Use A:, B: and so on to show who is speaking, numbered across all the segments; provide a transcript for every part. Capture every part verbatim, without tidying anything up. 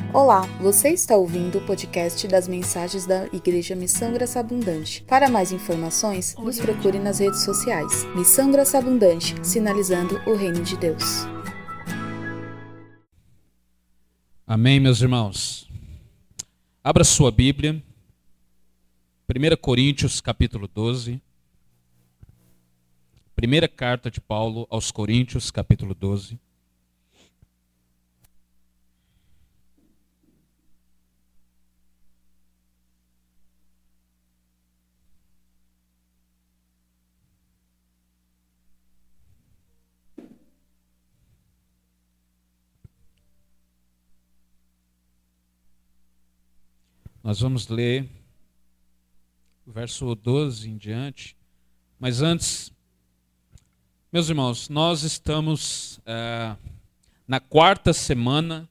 A: Olá, você está ouvindo o podcast das mensagens da Igreja Missão Graça Abundante. Para mais informações, nos procure nas redes sociais. Missão Graça Abundante, sinalizando o reino de Deus.
B: Amém, meus irmãos. Abra sua Bíblia, primeira Coríntios capítulo doze. Primeira carta de Paulo aos Coríntios, capítulo doze. Nós vamos ler o verso doze em diante, mas antes, meus irmãos, nós estamos é, na quarta semana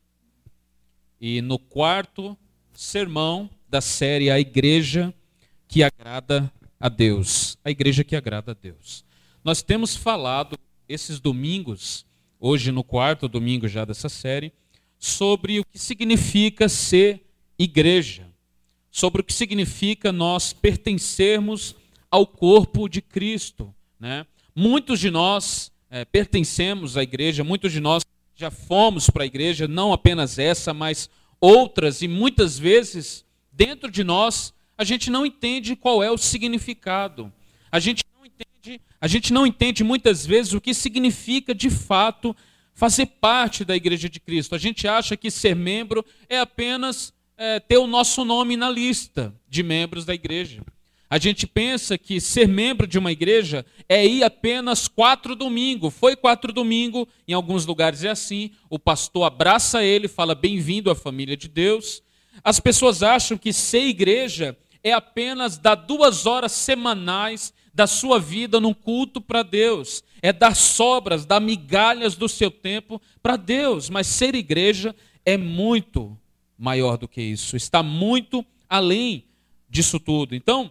B: e no quarto sermão da série A Igreja que Agrada a Deus. A Igreja que Agrada a Deus. Nós temos falado esses domingos, hoje no quarto domingo já dessa série, sobre o que significa ser igreja. Sobre o que significa nós pertencermos ao corpo de Cristo, né? Muitos de nós é, pertencemos à igreja, muitos de nós já fomos para a igreja, não apenas essa, mas outras, e muitas vezes, dentro de nós, a gente não entende qual é o significado. A gente não entende, a gente não entende muitas vezes o que significa, de fato, fazer parte da igreja de Cristo. A gente acha que ser membro é apenas É, ter o nosso nome na lista de membros da igreja. A gente pensa que ser membro de uma igreja é ir apenas quatro domingos. Foi quatro domingos, em alguns lugares é assim, o pastor abraça ele, fala bem-vindo à família de Deus. As pessoas acham que ser igreja é apenas dar duas horas semanais da sua vida num culto para Deus. É dar sobras, dar migalhas do seu tempo para Deus. Mas ser igreja é muito maior do que isso, está muito além disso tudo. Então,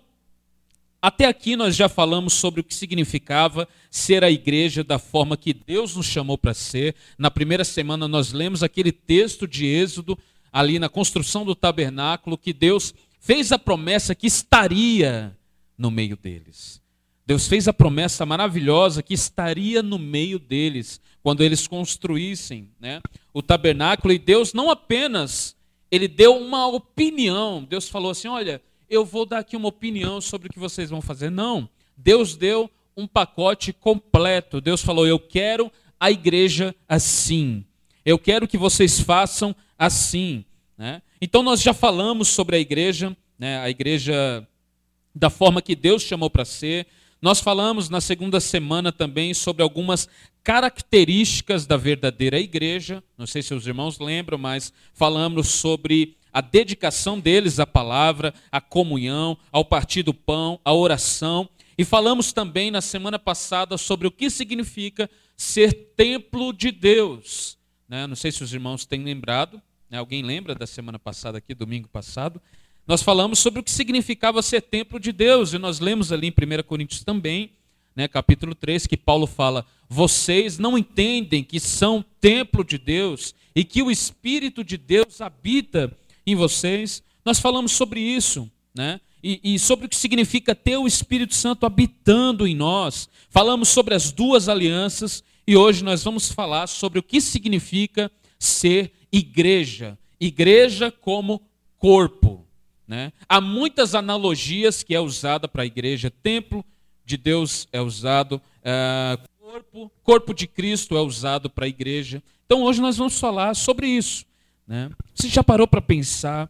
B: até aqui nós já falamos sobre o que significava ser a igreja da forma que Deus nos chamou para ser. Na primeira semana nós lemos aquele texto de Êxodo, ali na construção do tabernáculo, que Deus fez a promessa que estaria no meio deles. Deus fez a promessa maravilhosa que estaria no meio deles, quando eles construíssem, né, o tabernáculo. E Deus não apenas Ele deu uma opinião. Deus falou assim, olha, eu vou dar aqui uma opinião sobre o que vocês vão fazer. Não, Deus deu um pacote completo. Deus falou, eu quero a igreja assim. Eu quero que vocês façam assim, né? Então nós já falamos sobre a igreja, né, a igreja da forma que Deus chamou para ser. Nós falamos na segunda semana também sobre algumas características da verdadeira igreja. Não sei se os irmãos lembram, mas falamos sobre a dedicação deles à palavra, à comunhão, ao partir do pão, à oração. E falamos também na semana passada sobre o que significa ser templo de Deus, né? Não sei se os irmãos têm lembrado, né? Alguém lembra da semana passada aqui, domingo passado? Nós falamos sobre o que significava ser templo de Deus, e nós lemos ali em primeira Coríntios também, né, capítulo três, que Paulo fala, vocês não entendem que são templo de Deus e que o Espírito de Deus habita em vocês. Nós falamos sobre isso, né, e, e sobre o que significa ter o Espírito Santo habitando em nós. Falamos sobre as duas alianças e hoje nós vamos falar sobre o que significa ser igreja. Igreja como corpo. Né? Há muitas analogias que é usada para a igreja. Templo de Deus é usado, é, corpo, corpo de Cristo é usado para a igreja. Então hoje nós vamos falar sobre isso, né? Você já parou para pensar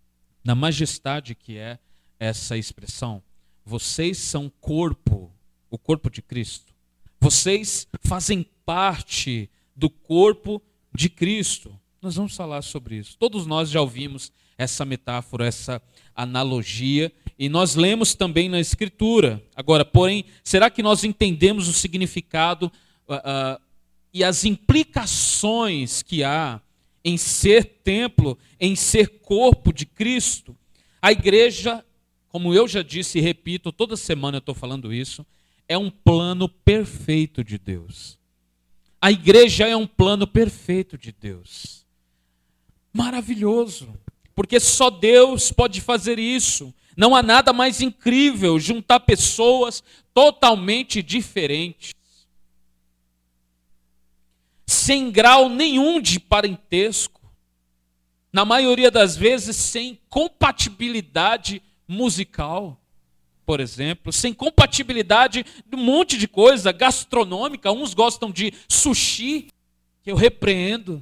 B: na majestade que é essa expressão? Vocês são corpo, o corpo de Cristo. Vocês fazem parte do corpo de Cristo. Nós vamos falar sobre isso. Todos nós já ouvimos essa metáfora, essa analogia, e nós lemos também na Escritura. Agora, porém, será que nós entendemos o significado uh, uh, e as implicações que há em ser templo, em ser corpo de Cristo? A igreja, como eu já disse e repito, toda semana eu estou falando isso, é um plano perfeito de Deus. A igreja é um plano perfeito de Deus. maravilhoso, porque só Deus pode fazer isso. Não há nada mais incrível juntar pessoas totalmente diferentes, sem grau nenhum de parentesco, na maioria das vezes sem compatibilidade musical, por exemplo, sem compatibilidade de um monte de coisa gastronômica. Uns gostam de sushi, que eu repreendo.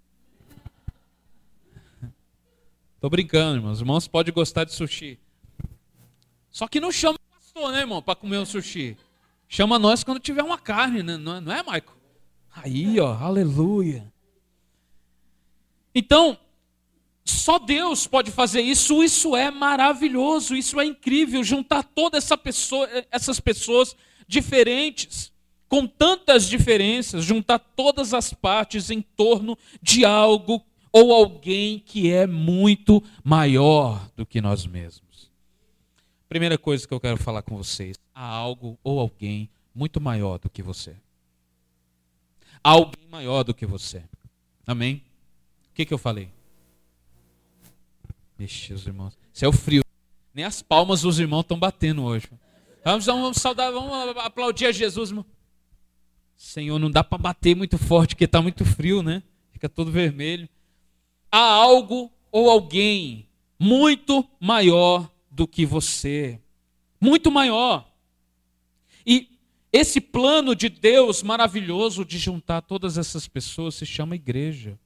B: Tô brincando, irmãos. Os irmãos podem gostar de sushi. Só que não chama o pastor, né, irmão, para comer um sushi. Chama nós quando tiver uma carne, né? Não é, não é, Maico? Aí, ó, aleluia. Então, só Deus pode fazer isso. Isso é maravilhoso, isso é incrível. Juntar todas essa pessoa, essas pessoas diferentes, com tantas diferenças, juntar todas as partes em torno de algo ou alguém que é muito maior do que nós mesmos. Primeira coisa que eu quero falar com vocês: há algo ou alguém muito maior do que você. Há alguém maior do que você. Amém? O que, que eu falei? Ixi, os irmãos. Isso é o frio. Nem as palmas dos irmãos estão batendo hoje. Vamos, vamos saudar, vamos aplaudir a Jesus, irmão. Senhor, não dá para bater muito forte, porque está muito frio, né? Fica todo vermelho. Há algo ou alguém muito maior do que você. Muito maior. E esse plano de Deus maravilhoso de juntar todas essas pessoas se chama igreja.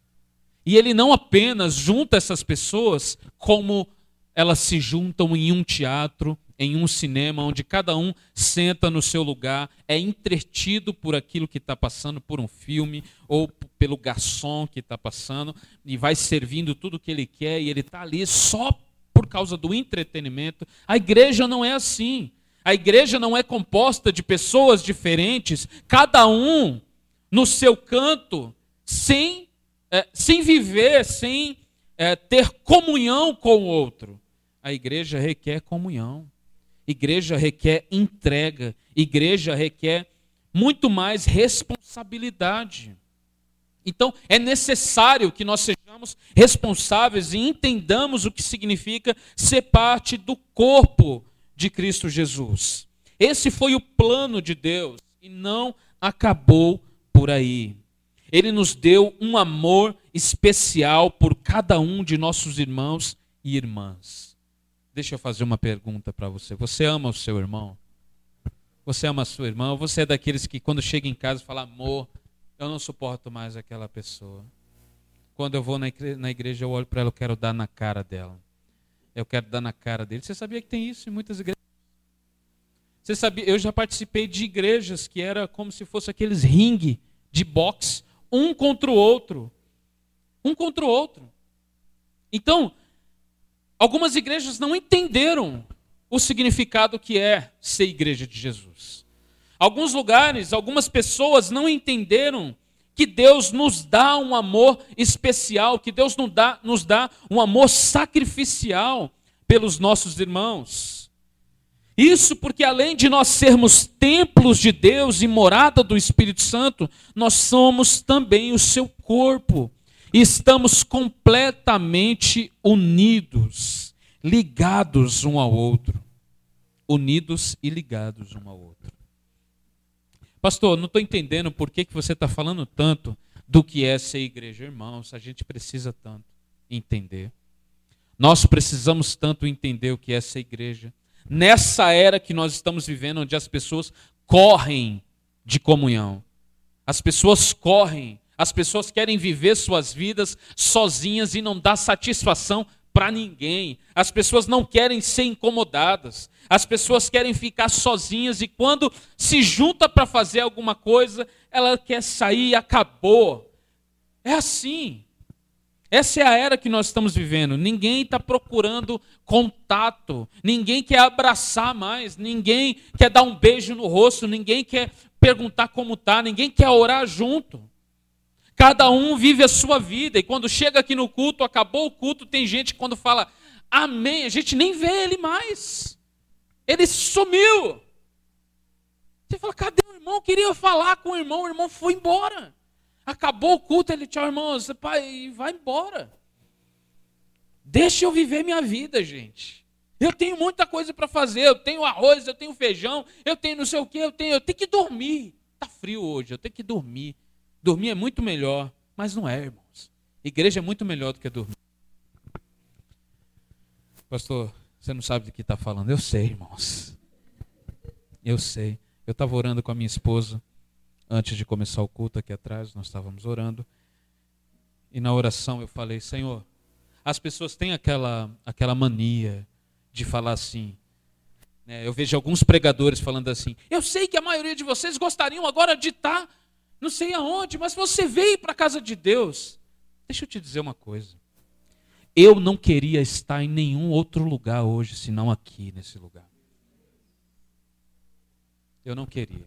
B: E ele não apenas junta essas pessoas como elas se juntam em um teatro, em um cinema, onde cada um senta no seu lugar, é entretido por aquilo que está passando, por um filme, ou pelo garçom que está passando, e vai servindo tudo o que ele quer, e ele está ali só por causa do entretenimento. A igreja não é assim. A igreja não é composta de pessoas diferentes, cada um no seu canto, sem, é, sem viver, sem é, ter comunhão com o outro. A igreja requer comunhão. Igreja requer entrega. Igreja requer muito mais responsabilidade. Então, é necessário que nós sejamos responsáveis e entendamos o que significa ser parte do corpo de Cristo Jesus. Esse foi o plano de Deus e não acabou por aí. Ele nos deu um amor especial por cada um de nossos irmãos e irmãs. Deixa eu fazer uma pergunta para você. Você ama o seu irmão? Você ama a sua irmã? Ou você é daqueles que quando chega em casa fala: amor, eu não suporto mais aquela pessoa. Quando eu vou na igreja, na igreja eu olho para ela, eu quero dar na cara dela. Eu quero dar na cara dele. Você sabia que tem isso em muitas igrejas? Você sabia? Eu já participei de igrejas que era como se fosse aqueles ringue de boxe, um contra o outro. Um contra o outro. Então, algumas igrejas não entenderam o significado que é ser igreja de Jesus. Alguns lugares, algumas pessoas não entenderam que Deus nos dá um amor especial, que Deus nos dá, nos dá um amor sacrificial pelos nossos irmãos. Isso porque além de nós sermos templos de Deus e morada do Espírito Santo, nós somos também o seu corpo. E estamos completamente unidos, ligados um ao outro. Unidos e ligados um ao outro. Pastor, não estou entendendo por que, que você está falando tanto do que é ser igreja. Irmãos, a gente precisa tanto entender. Nós precisamos tanto entender o que é ser igreja. Nessa era que nós estamos vivendo, onde as pessoas correm de comunhão. As pessoas correm. As pessoas querem viver suas vidas sozinhas e não dá satisfação para ninguém. As pessoas não querem ser incomodadas. As pessoas querem ficar sozinhas e quando se junta para fazer alguma coisa, ela quer sair e acabou. É assim. Essa é a era que nós estamos vivendo. Ninguém está procurando contato. Ninguém quer abraçar mais. Ninguém quer dar um beijo no rosto. Ninguém quer perguntar como está. Ninguém quer orar junto. Cada um vive a sua vida. E quando chega aqui no culto, acabou o culto, tem gente que quando fala amém, a gente nem vê ele mais. Ele sumiu. Você fala: cadê o irmão? Eu queria falar com o irmão, o irmão foi embora. Acabou o culto, ele, tchau, irmãos, pai, vai embora. Deixa eu viver minha vida, gente. Eu tenho muita coisa para fazer, eu tenho arroz, eu tenho feijão, eu tenho não sei o quê, eu tenho, eu tenho que dormir. Está frio hoje, eu tenho que dormir. Dormir é muito melhor, mas não é, irmãos. Igreja é muito melhor do que dormir. Pastor, você não sabe do que está falando. Eu sei, irmãos. Eu sei. Eu estava orando com a minha esposa antes de começar o culto aqui atrás, nós estávamos orando. E na oração eu falei, Senhor, as pessoas têm aquela, aquela mania de falar assim, né? Eu vejo alguns pregadores falando assim, eu sei que a maioria de vocês gostariam agora de estar não sei aonde, mas você veio para a casa de Deus. Deixa eu te dizer uma coisa. Eu não queria estar em nenhum outro lugar hoje, senão aqui nesse lugar. Eu não queria.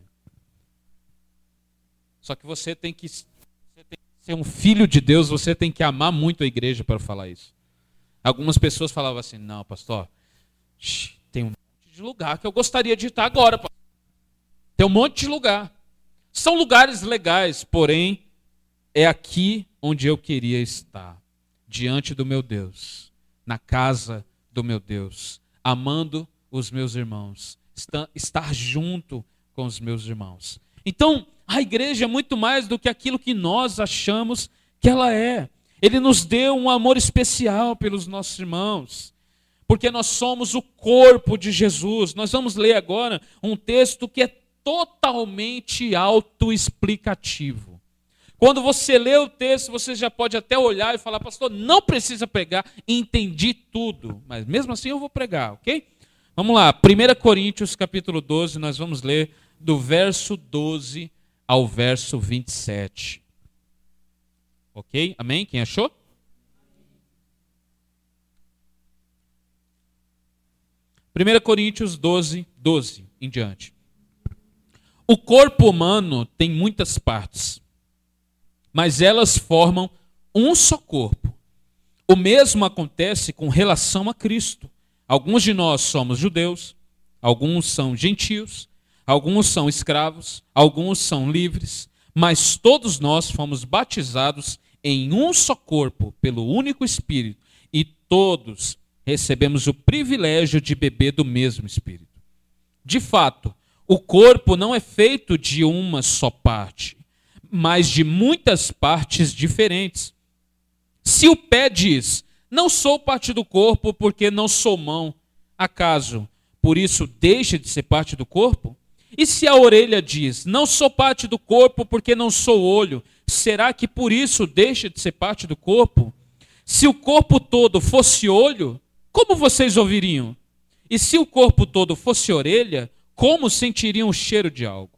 B: Só que você tem que, você tem que ser um filho de Deus, você tem que amar muito a igreja para falar isso. Algumas pessoas falavam assim, não, pastor, tem um monte de lugar que eu gostaria de estar agora, pastor. Tem um monte de lugar. São lugares legais, porém, é aqui onde eu queria estar. Diante do meu Deus, na casa do meu Deus, amando os meus irmãos, estar junto com os meus irmãos. Então, a igreja é muito mais do que aquilo que nós achamos que ela é. Ele nos deu um amor especial pelos nossos irmãos, porque nós somos o corpo de Jesus. Nós vamos ler agora um texto que é totalmente autoexplicativo. Quando você lê o texto, você já pode até olhar e falar, pastor, não precisa pregar, entendi tudo. Mas mesmo assim eu vou pregar, ok? Vamos lá, primeira Coríntios capítulo doze, nós vamos ler do verso doze ao verso vinte e sete. Ok? Amém? Quem achou? primeira Coríntios doze, doze em diante. O corpo humano tem muitas partes, mas elas formam um só corpo. O mesmo acontece com relação a Cristo. Alguns de nós somos judeus, alguns são gentios, alguns são escravos, alguns são livres, mas todos nós fomos batizados em um só corpo, pelo único Espírito, e todos recebemos o privilégio de beber do mesmo Espírito. De fato, o corpo não é feito de uma só parte, mas de muitas partes diferentes. Se o pé diz, não sou parte do corpo porque não sou mão, acaso por isso deixa de ser parte do corpo? E se a orelha diz, não sou parte do corpo porque não sou olho, será que por isso deixa de ser parte do corpo? Se o corpo todo fosse olho, como vocês ouviriam? E se o corpo todo fosse orelha, como sentiriam o cheiro de algo?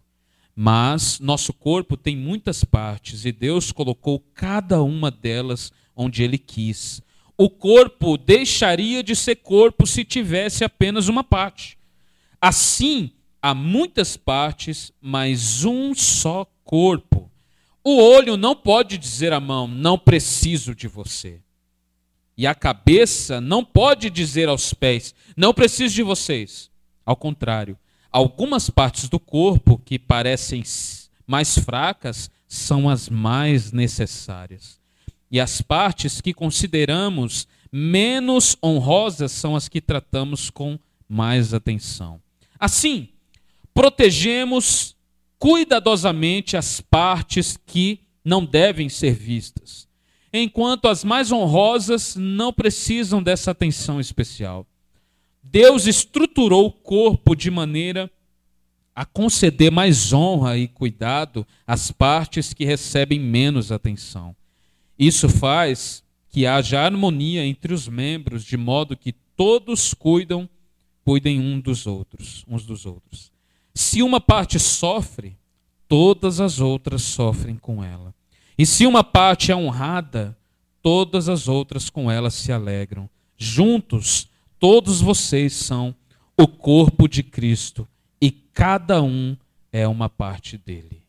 B: Mas nosso corpo tem muitas partes e Deus colocou cada uma delas onde Ele quis. O corpo deixaria de ser corpo se tivesse apenas uma parte. Assim, há muitas partes, mas um só corpo. O olho não pode dizer à mão, não preciso de você. E a cabeça não pode dizer aos pés, não preciso de vocês. Ao contrário, algumas partes do corpo que parecem mais fracas são as mais necessárias. E as partes que consideramos menos honrosas são as que tratamos com mais atenção. Assim, protegemos cuidadosamente as partes que não devem ser vistas, enquanto as mais honrosas não precisam dessa atenção especial. Deus estruturou o corpo de maneira a conceder mais honra e cuidado às partes que recebem menos atenção. Isso faz que haja harmonia entre os membros, de modo que todos cuidam, cuidem um dos outros, uns dos outros. Se uma parte sofre, todas as outras sofrem com ela. E se uma parte é honrada, todas as outras com ela se alegram. Juntos, todos vocês são o corpo de Cristo e cada um é uma parte dele.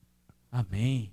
B: Amém.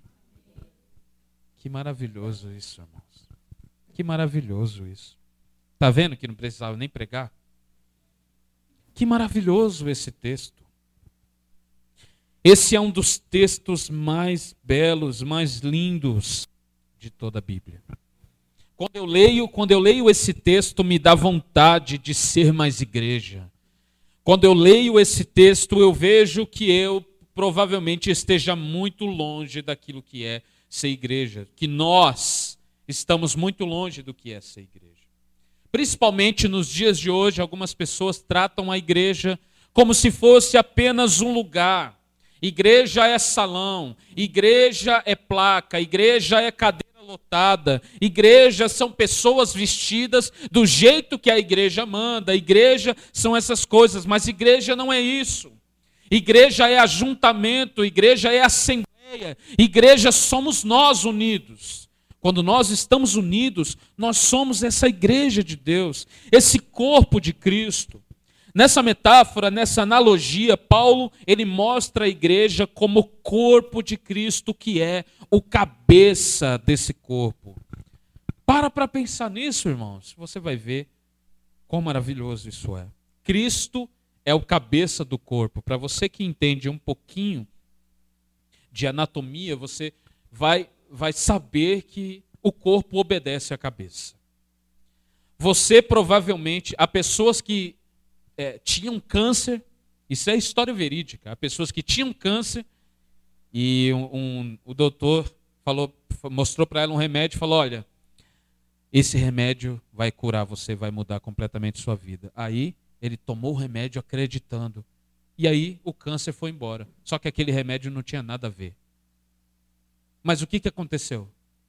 B: Que maravilhoso isso, irmãos. Que maravilhoso isso. Está vendo que não precisava nem pregar? Que maravilhoso esse texto. Esse é um dos textos mais belos, mais lindos de toda a Bíblia. Quando eu leio, quando eu leio esse texto, me dá vontade de ser mais igreja. Quando eu leio esse texto, eu vejo que eu provavelmente esteja muito longe daquilo que é ser igreja, que nós estamos muito longe do que é ser igreja. Principalmente nos dias de hoje, algumas pessoas tratam a igreja como se fosse apenas um lugar. Igreja é salão, igreja é placa, igreja é cadeira lotada, igreja são pessoas vestidas do jeito que a igreja manda, igreja são essas coisas, mas igreja não é isso. Igreja é ajuntamento, igreja é assembleia, igreja somos nós unidos. Quando nós estamos unidos, nós somos essa igreja de Deus, esse corpo de Cristo. Nessa metáfora, nessa analogia, Paulo, ele mostra a igreja como o corpo de Cristo, que é o cabeça desse corpo. Para para pensar nisso, irmãos. Você vai ver quão maravilhoso isso é. Cristo é o cabeça do corpo. Para você que entende um pouquinho de anatomia, você vai, vai saber que o corpo obedece à cabeça. Você provavelmente, há pessoas que É, tinham câncer, isso é história verídica, há pessoas que tinham câncer e um, um, o doutor falou, mostrou para ela um remédio e falou, olha, esse remédio vai curar você, vai mudar completamente sua vida. Aí ele tomou o remédio acreditando e aí o câncer foi embora, só que aquele remédio não tinha nada a ver. Mas o que, que aconteceu?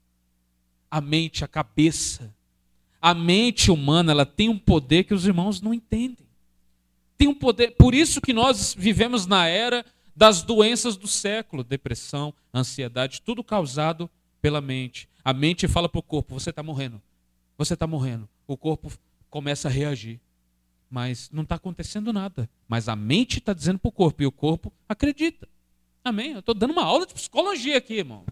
B: A mente, a cabeça, a mente humana, ela tem um poder que os irmãos não entendem. Tem um poder, por isso que nós vivemos na era das doenças do século, depressão, ansiedade, tudo causado pela mente. A mente fala para o corpo, você está morrendo, você está morrendo. O corpo começa a reagir, mas não está acontecendo nada. Mas a mente está dizendo para o corpo e o corpo acredita. Amém? Eu estou dando uma aula de psicologia aqui, irmão.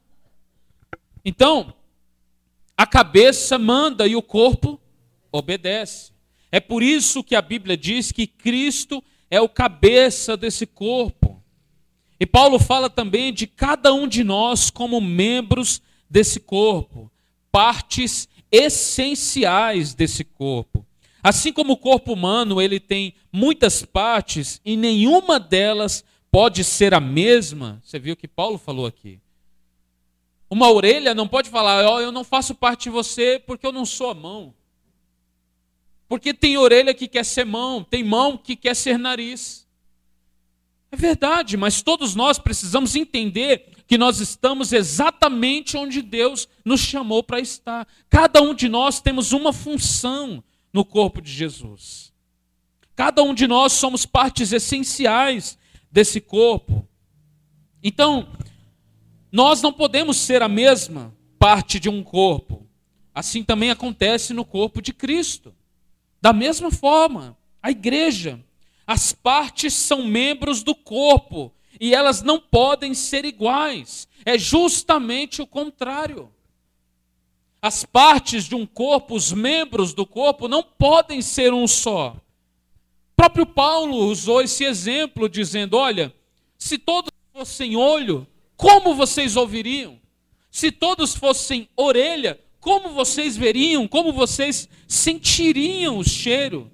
B: Então, a cabeça manda e o corpo obedece. É por isso que a Bíblia diz que Cristo é o cabeça desse corpo. E Paulo fala também de cada um de nós como membros desse corpo, partes essenciais desse corpo. Assim como o corpo humano, ele tem muitas partes e nenhuma delas pode ser a mesma. Você viu o que Paulo falou aqui? Uma orelha não pode falar, oh, eu não faço parte de você porque eu não sou a mão. Porque tem orelha que quer ser mão, tem mão que quer ser nariz. É verdade, mas todos nós precisamos entender que nós estamos exatamente onde Deus nos chamou para estar. Cada um de nós temos uma função no corpo de Jesus. Cada um de nós somos partes essenciais desse corpo. Então, nós não podemos ser a mesma parte de um corpo. Assim também acontece no corpo de Cristo. Da mesma forma, a igreja, as partes são membros do corpo e elas não podem ser iguais. É justamente o contrário. As partes de um corpo, os membros do corpo, não podem ser um só. O próprio Paulo usou esse exemplo dizendo, olha, se todos fossem olho, como vocês ouviriam? Se todos fossem orelha, como vocês veriam, como vocês sentiriam o cheiro?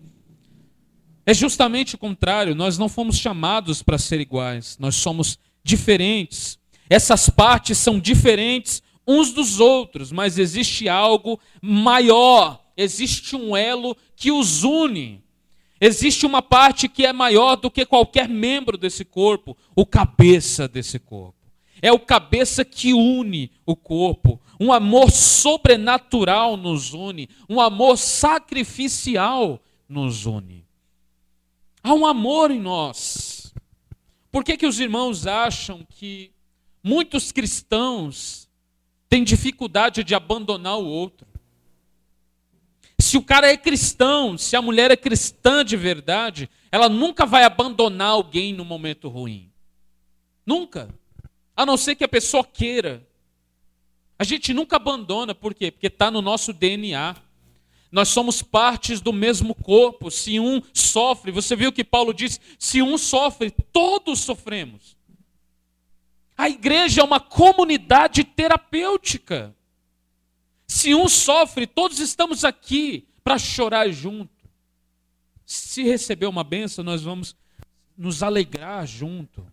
B: É justamente o contrário, nós não fomos chamados para ser iguais, nós somos diferentes. Essas partes são diferentes uns dos outros, mas existe algo maior, existe um elo que os une. Existe uma parte que é maior do que qualquer membro desse corpo, o cabeça desse corpo. É o cabeça que une o corpo. Um amor sobrenatural nos une. Um amor sacrificial nos une. Há um amor em nós. Por que que os irmãos acham que muitos cristãos têm dificuldade de abandonar o outro? Se o cara é cristão, se a mulher é cristã de verdade, ela nunca vai abandonar alguém no momento ruim. Nunca. A não ser que a pessoa queira. A gente nunca abandona, por quê? Porque está no nosso D N A. Nós somos partes do mesmo corpo. Se um sofre, você viu que Paulo diz, se um sofre, todos sofremos. A igreja é uma comunidade terapêutica. Se um sofre, todos estamos aqui para chorar junto. Se receber uma bênção, nós vamos nos alegrar junto.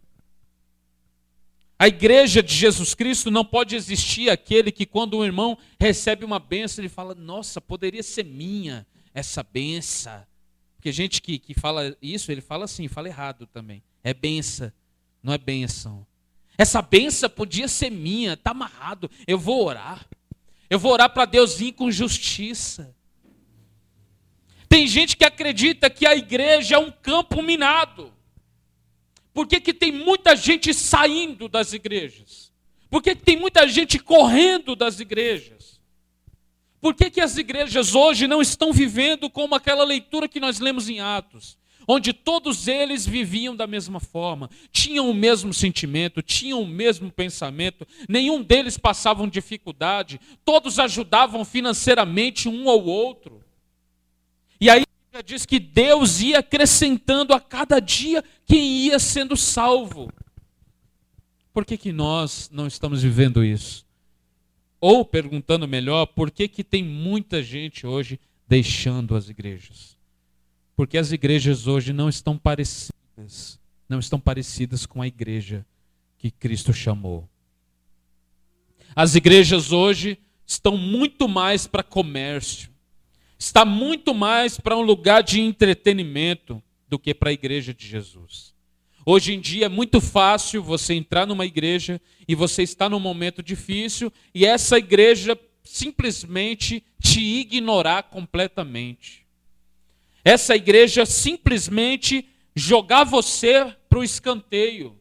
B: A igreja de Jesus Cristo não pode existir aquele que quando um irmão recebe uma bênção, ele fala, nossa, poderia ser minha essa bênção. Porque gente que, que fala isso, ele fala assim, fala errado também. É bênção, não é bênção. Essa bênção podia ser minha, está amarrado. Eu vou orar. Eu vou orar para Deus vir com justiça. Tem gente que acredita que a igreja é um campo minado. Por que que tem muita gente saindo das igrejas? Por que que tem muita gente correndo das igrejas? Por que que as igrejas hoje não estão vivendo como aquela leitura que nós lemos em Atos? Onde todos eles viviam da mesma forma, tinham o mesmo sentimento, tinham o mesmo pensamento, nenhum deles passavam dificuldade, todos ajudavam financeiramente um ao outro. E aí diz que Deus ia acrescentando a cada dia quem ia sendo salvo. Por que que nós não estamos vivendo isso? Ou, perguntando melhor, por que que tem muita gente hoje deixando as igrejas? Porque as igrejas hoje não estão parecidas, não estão parecidas com a igreja que Cristo chamou. As igrejas hoje estão muito mais para comércio, está muito mais para um lugar de entretenimento do que para a igreja de Jesus. Hoje em dia é muito fácil você entrar numa igreja e você está num momento difícil e essa igreja simplesmente te ignorar completamente. Essa igreja simplesmente jogar você para o escanteio.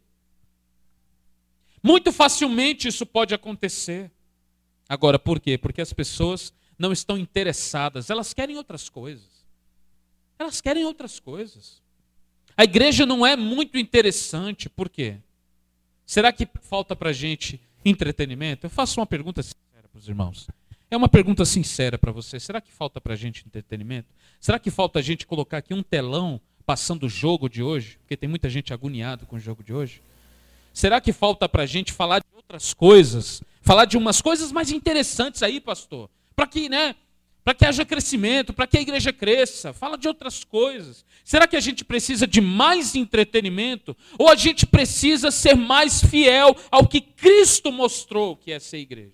B: Muito facilmente isso pode acontecer. Agora, por quê? Porque as pessoas não estão interessadas, elas querem outras coisas. Elas querem outras coisas. A igreja não é muito interessante, por quê? Será que falta para a gente entretenimento? Eu faço uma pergunta sincera para os irmãos. É uma pergunta sincera para você. Será que falta para a gente entretenimento? Será que falta a gente colocar aqui um telão passando o jogo de hoje? Porque tem muita gente agoniada com o jogo de hoje. Será que falta para a gente falar de outras coisas? Falar de umas coisas mais interessantes aí, pastor? Para que, né? Para que haja crescimento, para que a igreja cresça. Fala de outras coisas. Será que a gente precisa de mais entretenimento? Ou a gente precisa ser mais fiel ao que Cristo mostrou que é ser igreja?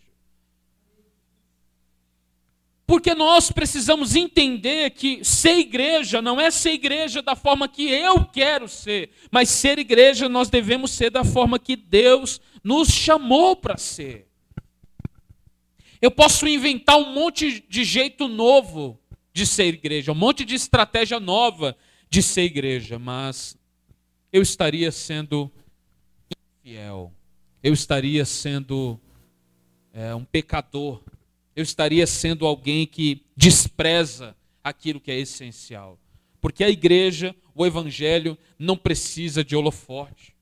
B: Porque nós precisamos entender que ser igreja não é ser igreja da forma que eu quero ser, mas ser igreja nós devemos ser da forma que Deus nos chamou para ser. Eu posso inventar um monte de jeito novo de ser igreja, um monte de estratégia nova de ser igreja, mas eu estaria sendo infiel, eu estaria sendo é, um pecador, eu estaria sendo alguém que despreza aquilo que é essencial. Porque a igreja, o evangelho, não precisa de holofote.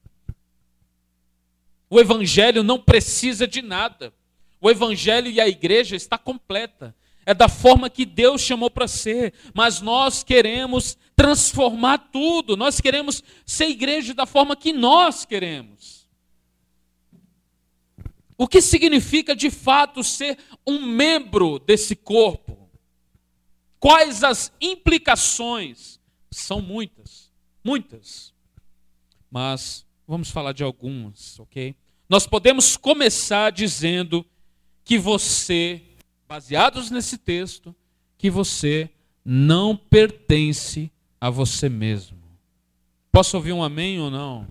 B: O evangelho não precisa de nada. O evangelho e a igreja está completa. É da forma que Deus chamou para ser. Mas nós queremos transformar tudo. Nós queremos ser igreja da forma que nós queremos. O que significa de fato ser um membro desse corpo? Quais as implicações? São muitas, muitas. Mas vamos falar de algumas, ok? Nós podemos começar dizendo que você, baseados nesse texto, que você não pertence a você mesmo. Posso ouvir um amém ou não?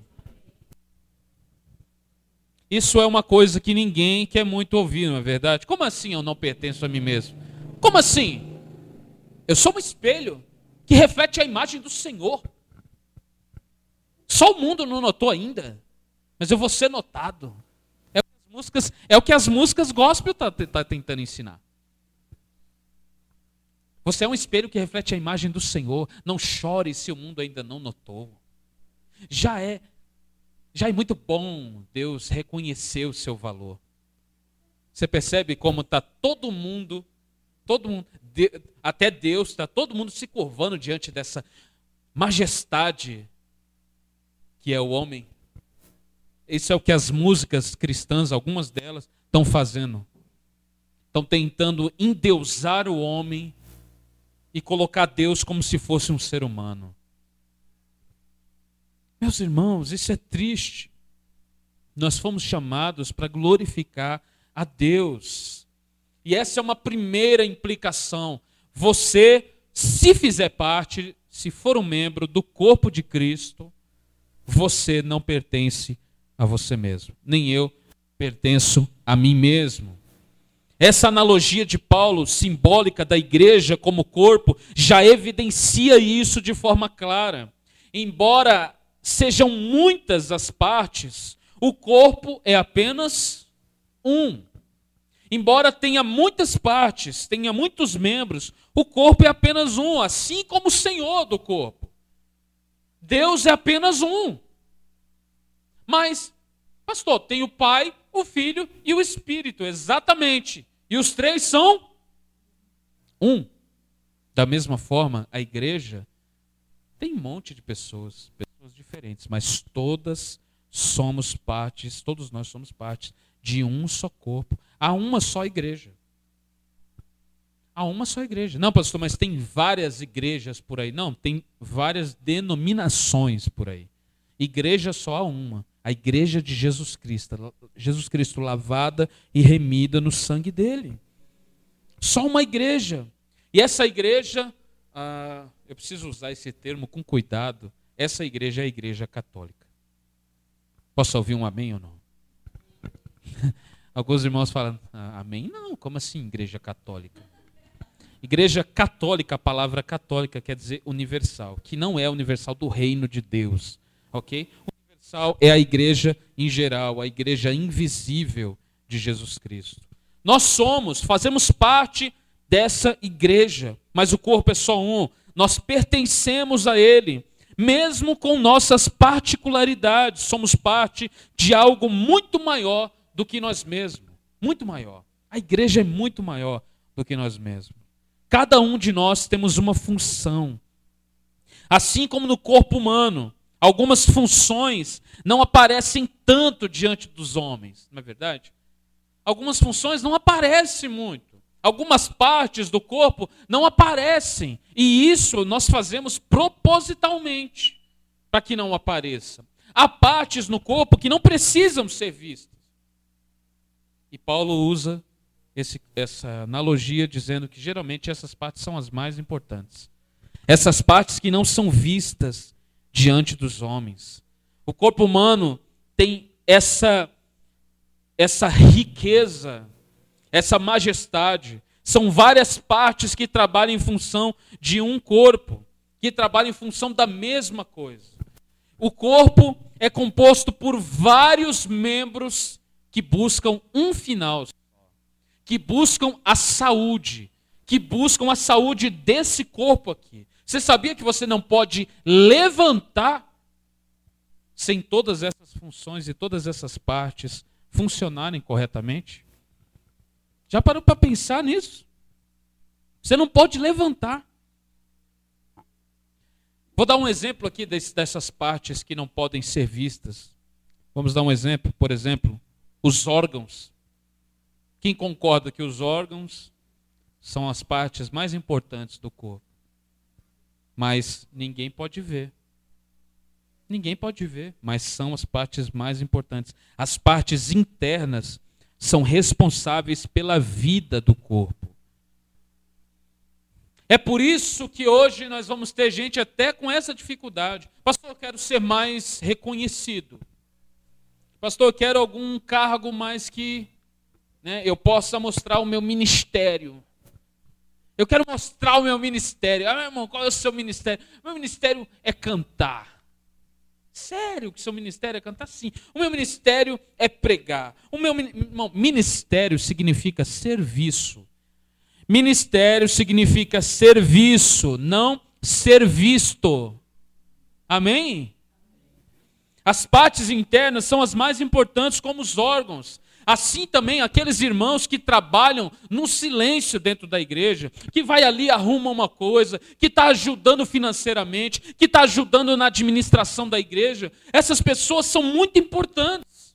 B: Isso é uma coisa que ninguém quer muito ouvir, não é verdade? Como assim eu não pertenço a mim mesmo? Como assim? Eu sou um espelho que reflete a imagem do Senhor. Só o mundo não notou ainda, mas eu vou ser notado. É o que as músicas, é o que as músicas gospel estão tá, tá tentando ensinar. Você é um espelho que reflete a imagem do Senhor. Não chore se o mundo ainda não notou. Já é Já é muito bom Deus reconhecer o seu valor. Você percebe como está todo mundo, todo mundo, até Deus, está todo mundo se curvando diante dessa majestade que é o homem. isso é o que as músicas cristãs, algumas delas, estão fazendo. Estão tentando endeusar o homem e colocar Deus como se fosse um ser humano. Meus irmãos, isso é triste. Nós fomos chamados para glorificar a Deus. E essa é uma primeira implicação. Você, se fizer parte, se for um membro do corpo de Cristo, você não pertence a você mesmo. Nem eu pertenço a mim mesmo. Essa analogia de Paulo, simbólica da igreja como corpo, já evidencia isso de forma clara. Embora sejam muitas as partes, o corpo é apenas um. Embora tenha muitas partes, tenha muitos membros, o corpo é apenas um, assim como o Senhor do corpo. Deus é apenas um. Mas, pastor, tem o Pai, o Filho e o Espírito, exatamente. E os três são um. Da mesma forma, a igreja tem um monte de pessoas, pessoas diferentes, mas todas somos partes, todos nós somos partes de um só corpo. Há uma só igreja. Há uma só igreja. Não, pastor, mas tem várias igrejas por aí. Não, tem várias denominações por aí. Igreja só há uma. A igreja de Jesus Cristo. Jesus Cristo lavada e remida no sangue dele. Só uma igreja. E essa igreja, ah, eu preciso usar esse termo com cuidado, essa igreja é a igreja católica. Posso ouvir um amém ou não? Alguns irmãos falam, ah, amém? Não, como assim igreja católica? Igreja católica, a palavra católica quer dizer universal, que não é universal do reino de Deus, ok? Universal é a igreja em geral, a igreja invisível de Jesus Cristo. Nós somos, fazemos parte dessa igreja, mas o corpo é só um, nós pertencemos a ele, mesmo com nossas particularidades, somos parte de algo muito maior do que nós mesmos, muito maior. A igreja é muito maior do que nós mesmos. Cada um de nós temos uma função. Assim como no corpo humano, algumas funções não aparecem tanto diante dos homens, não é verdade? Algumas funções não aparecem muito. Algumas partes do corpo não aparecem. E isso nós fazemos propositalmente, para que não apareça. Há partes no corpo que não precisam ser vistas. E Paulo usa esse, essa analogia dizendo que geralmente essas partes são as mais importantes. Essas partes que não são vistas diante dos homens. O corpo humano tem essa, essa riqueza, essa majestade. São várias partes que trabalham em função de um corpo, que trabalham em função da mesma coisa. O corpo é composto por vários membros que buscam um final, que buscam a saúde, que buscam a saúde desse corpo aqui. Você sabia que você não pode levantar sem todas essas funções e todas essas partes funcionarem corretamente? Já parou para pensar nisso? Você não pode levantar. Vou dar um exemplo aqui dessas partes que não podem ser vistas. Vamos dar um exemplo, por exemplo, os órgãos. Quem concorda que os órgãos são as partes mais importantes do corpo? Mas ninguém pode ver. Ninguém pode ver, mas são as partes mais importantes. As partes internas são responsáveis pela vida do corpo. É por isso que hoje nós vamos ter gente até com essa dificuldade. Pastor, eu quero ser mais reconhecido. Pastor, eu quero algum cargo mais que, né, eu possa mostrar o meu ministério. Eu quero mostrar o meu ministério. Ah, meu irmão, qual é o seu ministério? Meu ministério é cantar. Sério que seu ministério é cantar? Sim. O meu ministério é pregar. O meu irmão, ministério significa serviço. Ministério significa serviço, não ser visto. Amém? As partes internas são as mais importantes, como os órgãos. Assim também aqueles irmãos que trabalham no silêncio dentro da igreja, que vai ali, arruma uma coisa, que está ajudando financeiramente, que está ajudando na administração da igreja. Essas pessoas são muito importantes.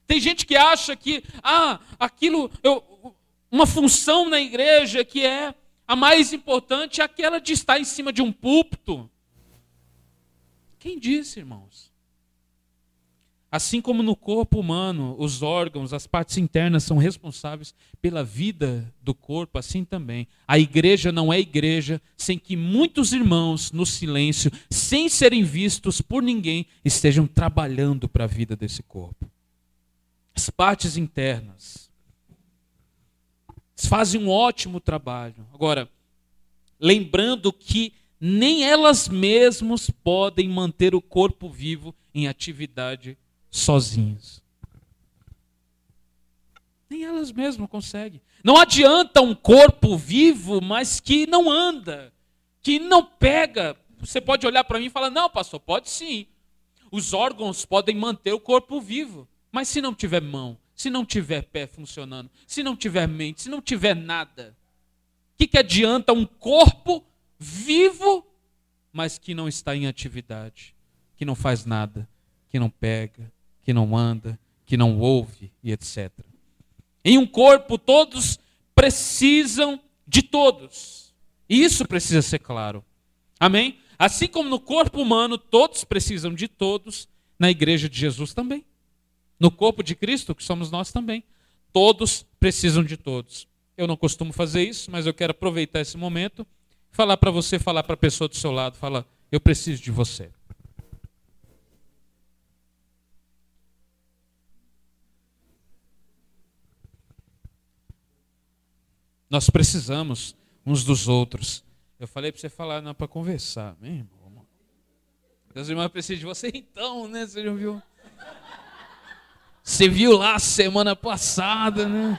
B: Tem gente que acha que ah, aquilo, eu, uma função na igreja que é a mais importante é aquela de estar em cima de um púlpito. Quem disse, irmãos? Assim como no corpo humano, os órgãos, as partes internas são responsáveis pela vida do corpo, assim também. A igreja não é igreja sem que muitos irmãos, no silêncio, sem serem vistos por ninguém, estejam trabalhando para a vida desse corpo. As partes internas fazem um ótimo trabalho. Agora, lembrando que nem elas mesmas podem manter o corpo vivo em atividade sozinhas. Nem elas mesmas conseguem. Não adianta um corpo vivo, mas que não anda, que não pega. Você pode olhar para mim e falar, não, pastor, pode sim. Os órgãos podem manter o corpo vivo, mas se não tiver mão, se não tiver pé funcionando, se não tiver mente, se não tiver nada, o que, que adianta um corpo vivo, mas que não está em atividade, que não faz nada, que não pega, que não anda, que não ouve e etcétera. Em um corpo, todos precisam de todos. E isso precisa ser claro. Amém? Assim como no corpo humano, todos precisam de todos, na igreja de Jesus também. No corpo de Cristo, que somos nós também. Todos precisam de todos. Eu não costumo fazer isso, mas eu quero aproveitar esse momento e falar para você, falar para a pessoa do seu lado, falar, eu preciso de você. Nós precisamos uns dos outros. Eu falei para você falar, não, para conversar. Meu irmão, Deus irmãos precisam de você então, né? Você já viu? Você viu lá semana passada, né?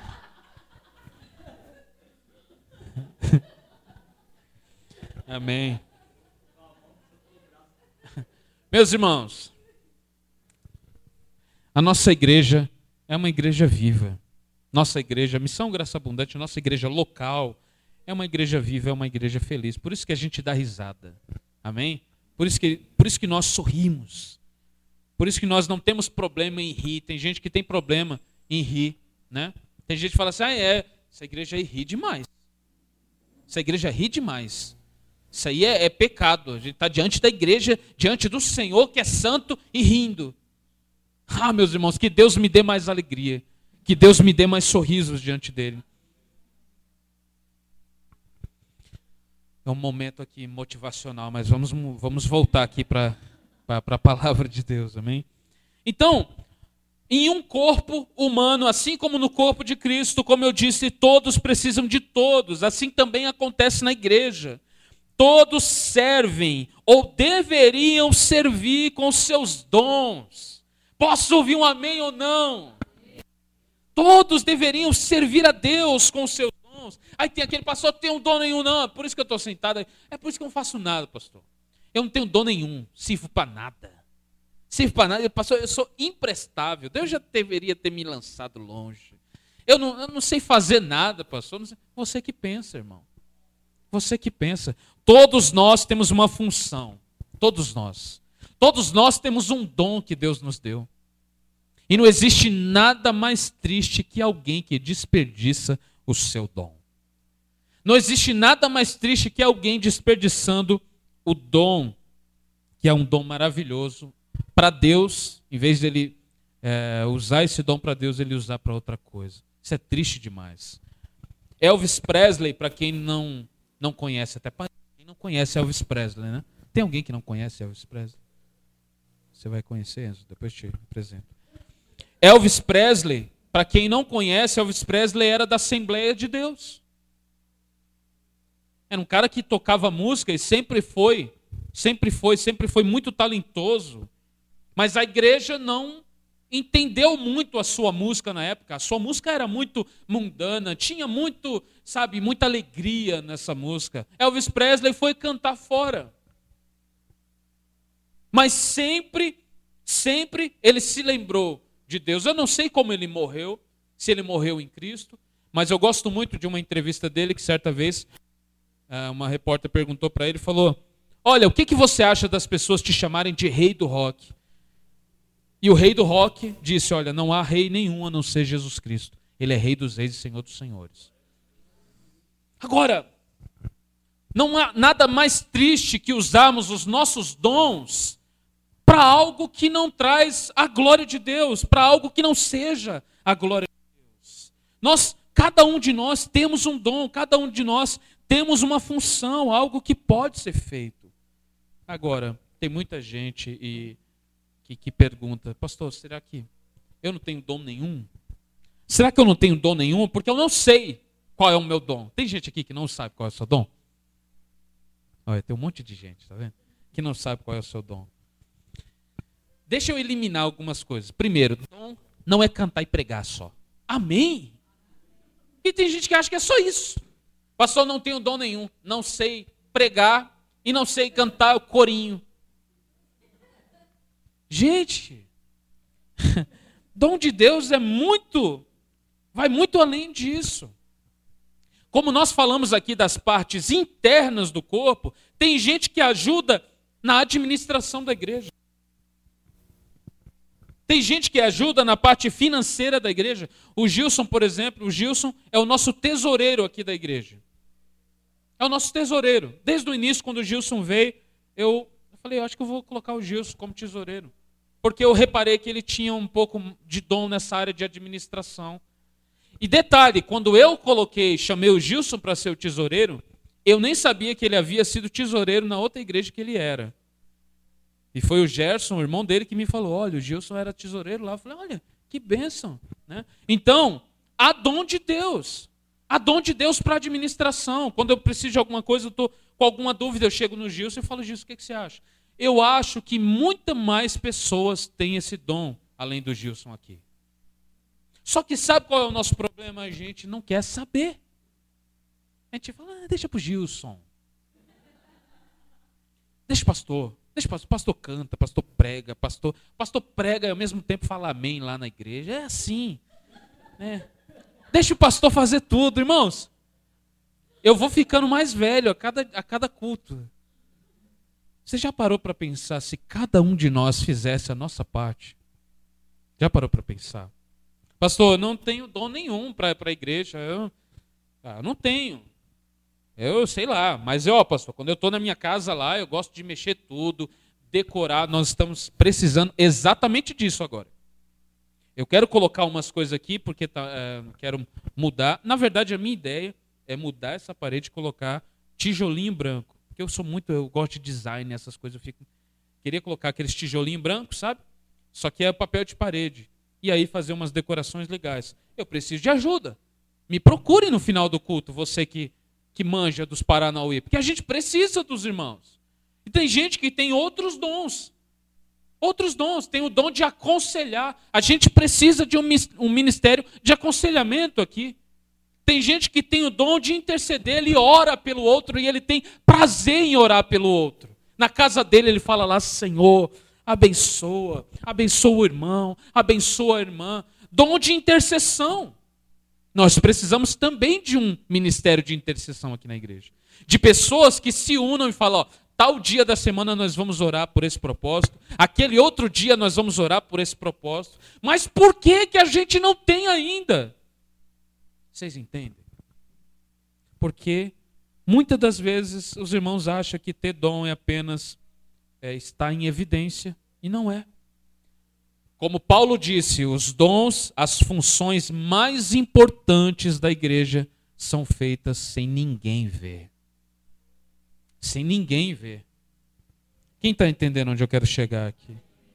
B: Amém. Meus irmãos, a nossa igreja é uma igreja viva. Nossa igreja, Missão Graça Abundante, nossa igreja local, é uma igreja viva, é uma igreja feliz. Por isso que a gente dá risada. Amém? Por isso que, por isso que nós sorrimos. Por isso que nós não temos problema em rir. Tem gente que tem problema em rir, né? Tem gente que fala assim, ah, é, essa igreja aí ri demais. Essa igreja ri demais. Isso aí é, é pecado. A gente está diante da igreja, diante do Senhor, que é santo, e rindo. Ah, meus irmãos, que Deus me dê mais alegria. Que Deus me dê mais sorrisos diante dele. É um momento aqui motivacional, mas vamos, vamos voltar aqui para a palavra de Deus, amém? Então, em um corpo humano, assim como no corpo de Cristo, como eu disse, todos precisam de todos. Assim também acontece na igreja. Todos servem ou deveriam servir com seus dons. Posso ouvir um amém ou não? Todos deveriam servir a Deus com os seus dons. Aí tem aquele pastor, tem um dom nenhum, não. É por isso que eu estou sentado aí. É por isso que eu não faço nada, pastor. Eu não tenho dom nenhum, sirvo para nada. Sirvo para nada, pastor, eu sou imprestável. Deus já deveria ter me lançado longe. Eu não, eu não sei fazer nada, pastor. Não sei. Você que pensa, irmão. Você que pensa. Todos nós temos uma função. Todos nós. Todos nós temos um dom que Deus nos deu. E não existe nada mais triste que alguém que desperdiça o seu dom. Não existe nada mais triste que alguém desperdiçando o dom, que é um dom maravilhoso, para Deus, em vez de ele é, usar esse dom para Deus, ele usar para outra coisa. Isso é triste demais. Elvis Presley, para quem não, não conhece, até para quem não conhece Elvis Presley, né? Tem alguém que não conhece Elvis Presley? Você vai conhecer, Enzo? Depois te apresento. Elvis Presley, para quem não conhece, Elvis Presley era da Assembleia de Deus. Era um cara que tocava música e sempre foi, sempre foi, sempre foi muito talentoso. Mas a igreja não entendeu muito a sua música na época. A sua música era muito mundana, tinha muito, sabe, muita alegria nessa música. Elvis Presley foi cantar fora. Mas sempre, sempre ele se lembrou de Deus. Eu não sei como ele morreu, se ele morreu em Cristo, mas eu gosto muito de uma entrevista dele que certa vez uma repórter perguntou para ele e falou, olha, o que, que você acha das pessoas te chamarem de rei do rock? E o rei do rock disse, olha, não há rei nenhum a não ser Jesus Cristo. Ele é rei dos reis e senhor dos senhores. Agora, não há nada mais triste que usarmos os nossos dons para algo que não traz a glória de Deus, para algo que não seja a glória de Deus. Nós, cada um de nós temos um dom, cada um de nós temos uma função, algo que pode ser feito. Agora, tem muita gente e, que, que pergunta, pastor, será que eu não tenho dom nenhum? Será que eu não tenho dom nenhum? Porque eu não sei qual é o meu dom. Tem gente aqui que não sabe qual é o seu dom? Olha, tem um monte de gente, tá vendo? Que não sabe qual é o seu dom. Deixa eu eliminar algumas coisas. Primeiro, dom não é cantar e pregar só. Amém? E tem gente que acha que é só isso. Pastor, não tenho dom nenhum. Não sei pregar e não sei cantar o corinho. Gente, dom de Deus é muito, vai muito além disso. Como nós falamos aqui das partes internas do corpo, tem gente que ajuda na administração da igreja. Tem gente que ajuda na parte financeira da igreja. O Gilson, por exemplo, o Gilson é o nosso tesoureiro aqui da igreja. É o nosso tesoureiro. Desde o início, quando o Gilson veio, eu, eu falei, eu acho que eu vou colocar o Gilson como tesoureiro. Porque eu reparei que ele tinha um pouco de dom nessa área de administração. E detalhe, quando eu coloquei, chamei o Gilson para ser o tesoureiro, eu nem sabia que ele havia sido tesoureiro na outra igreja que ele era. E foi o Gerson, o irmão dele, que me falou, olha, o Gilson era tesoureiro lá. Eu falei, olha, que bênção. Né? Então, há dom de Deus. Há dom de Deus para administração. Quando eu preciso de alguma coisa, eu estou com alguma dúvida, eu chego no Gilson e falo, Gilson, o que, que você acha? Eu acho que muitas mais pessoas têm esse dom, além do Gilson aqui. Só que sabe qual é o nosso problema? A gente não quer saber. A gente fala, ah, deixa para o Gilson. Deixa o pastor. Deixa o pastor. Pastor canta, pastor prega, pastor, pastor prega e ao mesmo tempo fala amém lá na igreja. É assim. Né? Deixa o pastor fazer tudo, irmãos. Eu vou ficando mais velho a cada, a cada culto. Você já parou para pensar se cada um de nós fizesse a nossa parte? Já parou para pensar? Pastor, eu não tenho dom nenhum para a igreja. Eu, ah, não tenho. Eu sei lá, mas ó, pastor, quando eu estou na minha casa lá, eu gosto de mexer tudo, decorar. Nós estamos precisando exatamente disso agora. Eu quero colocar umas coisas aqui porque tá, é, quero mudar. Na verdade, a minha ideia é mudar essa parede e colocar tijolinho branco. Porque eu sou muito, eu gosto de design, essas coisas. Eu fico, queria colocar aqueles tijolinhos brancos, sabe? Só que é papel de parede. E aí fazer umas decorações legais. Eu preciso de ajuda. Me procure no final do culto, você que, que manja dos Paranauê. Porque a gente precisa dos irmãos. E tem gente que tem outros dons. Outros dons. Tem o dom de aconselhar. A gente precisa de um, um ministério de aconselhamento aqui. Tem gente que tem o dom de interceder. Ele ora pelo outro e ele tem prazer em orar pelo outro. Na casa dele ele fala lá, Senhor, abençoa, abençoa o irmão, abençoa a irmã. Dom de intercessão. Nós precisamos também de um ministério de intercessão aqui na igreja. De pessoas que se unam e falam, ó, tal dia da semana nós vamos orar por esse propósito, aquele outro dia nós vamos orar por esse propósito. Mas por que que a gente não tem ainda? Vocês entendem? Porque muitas das vezes os irmãos acham que ter dom é apenas é, estar em evidência, e não é. Como Paulo disse, os dons, as funções mais importantes da igreja são feitas sem ninguém ver. Sem ninguém ver. Quem está entendendo onde eu quero chegar aqui?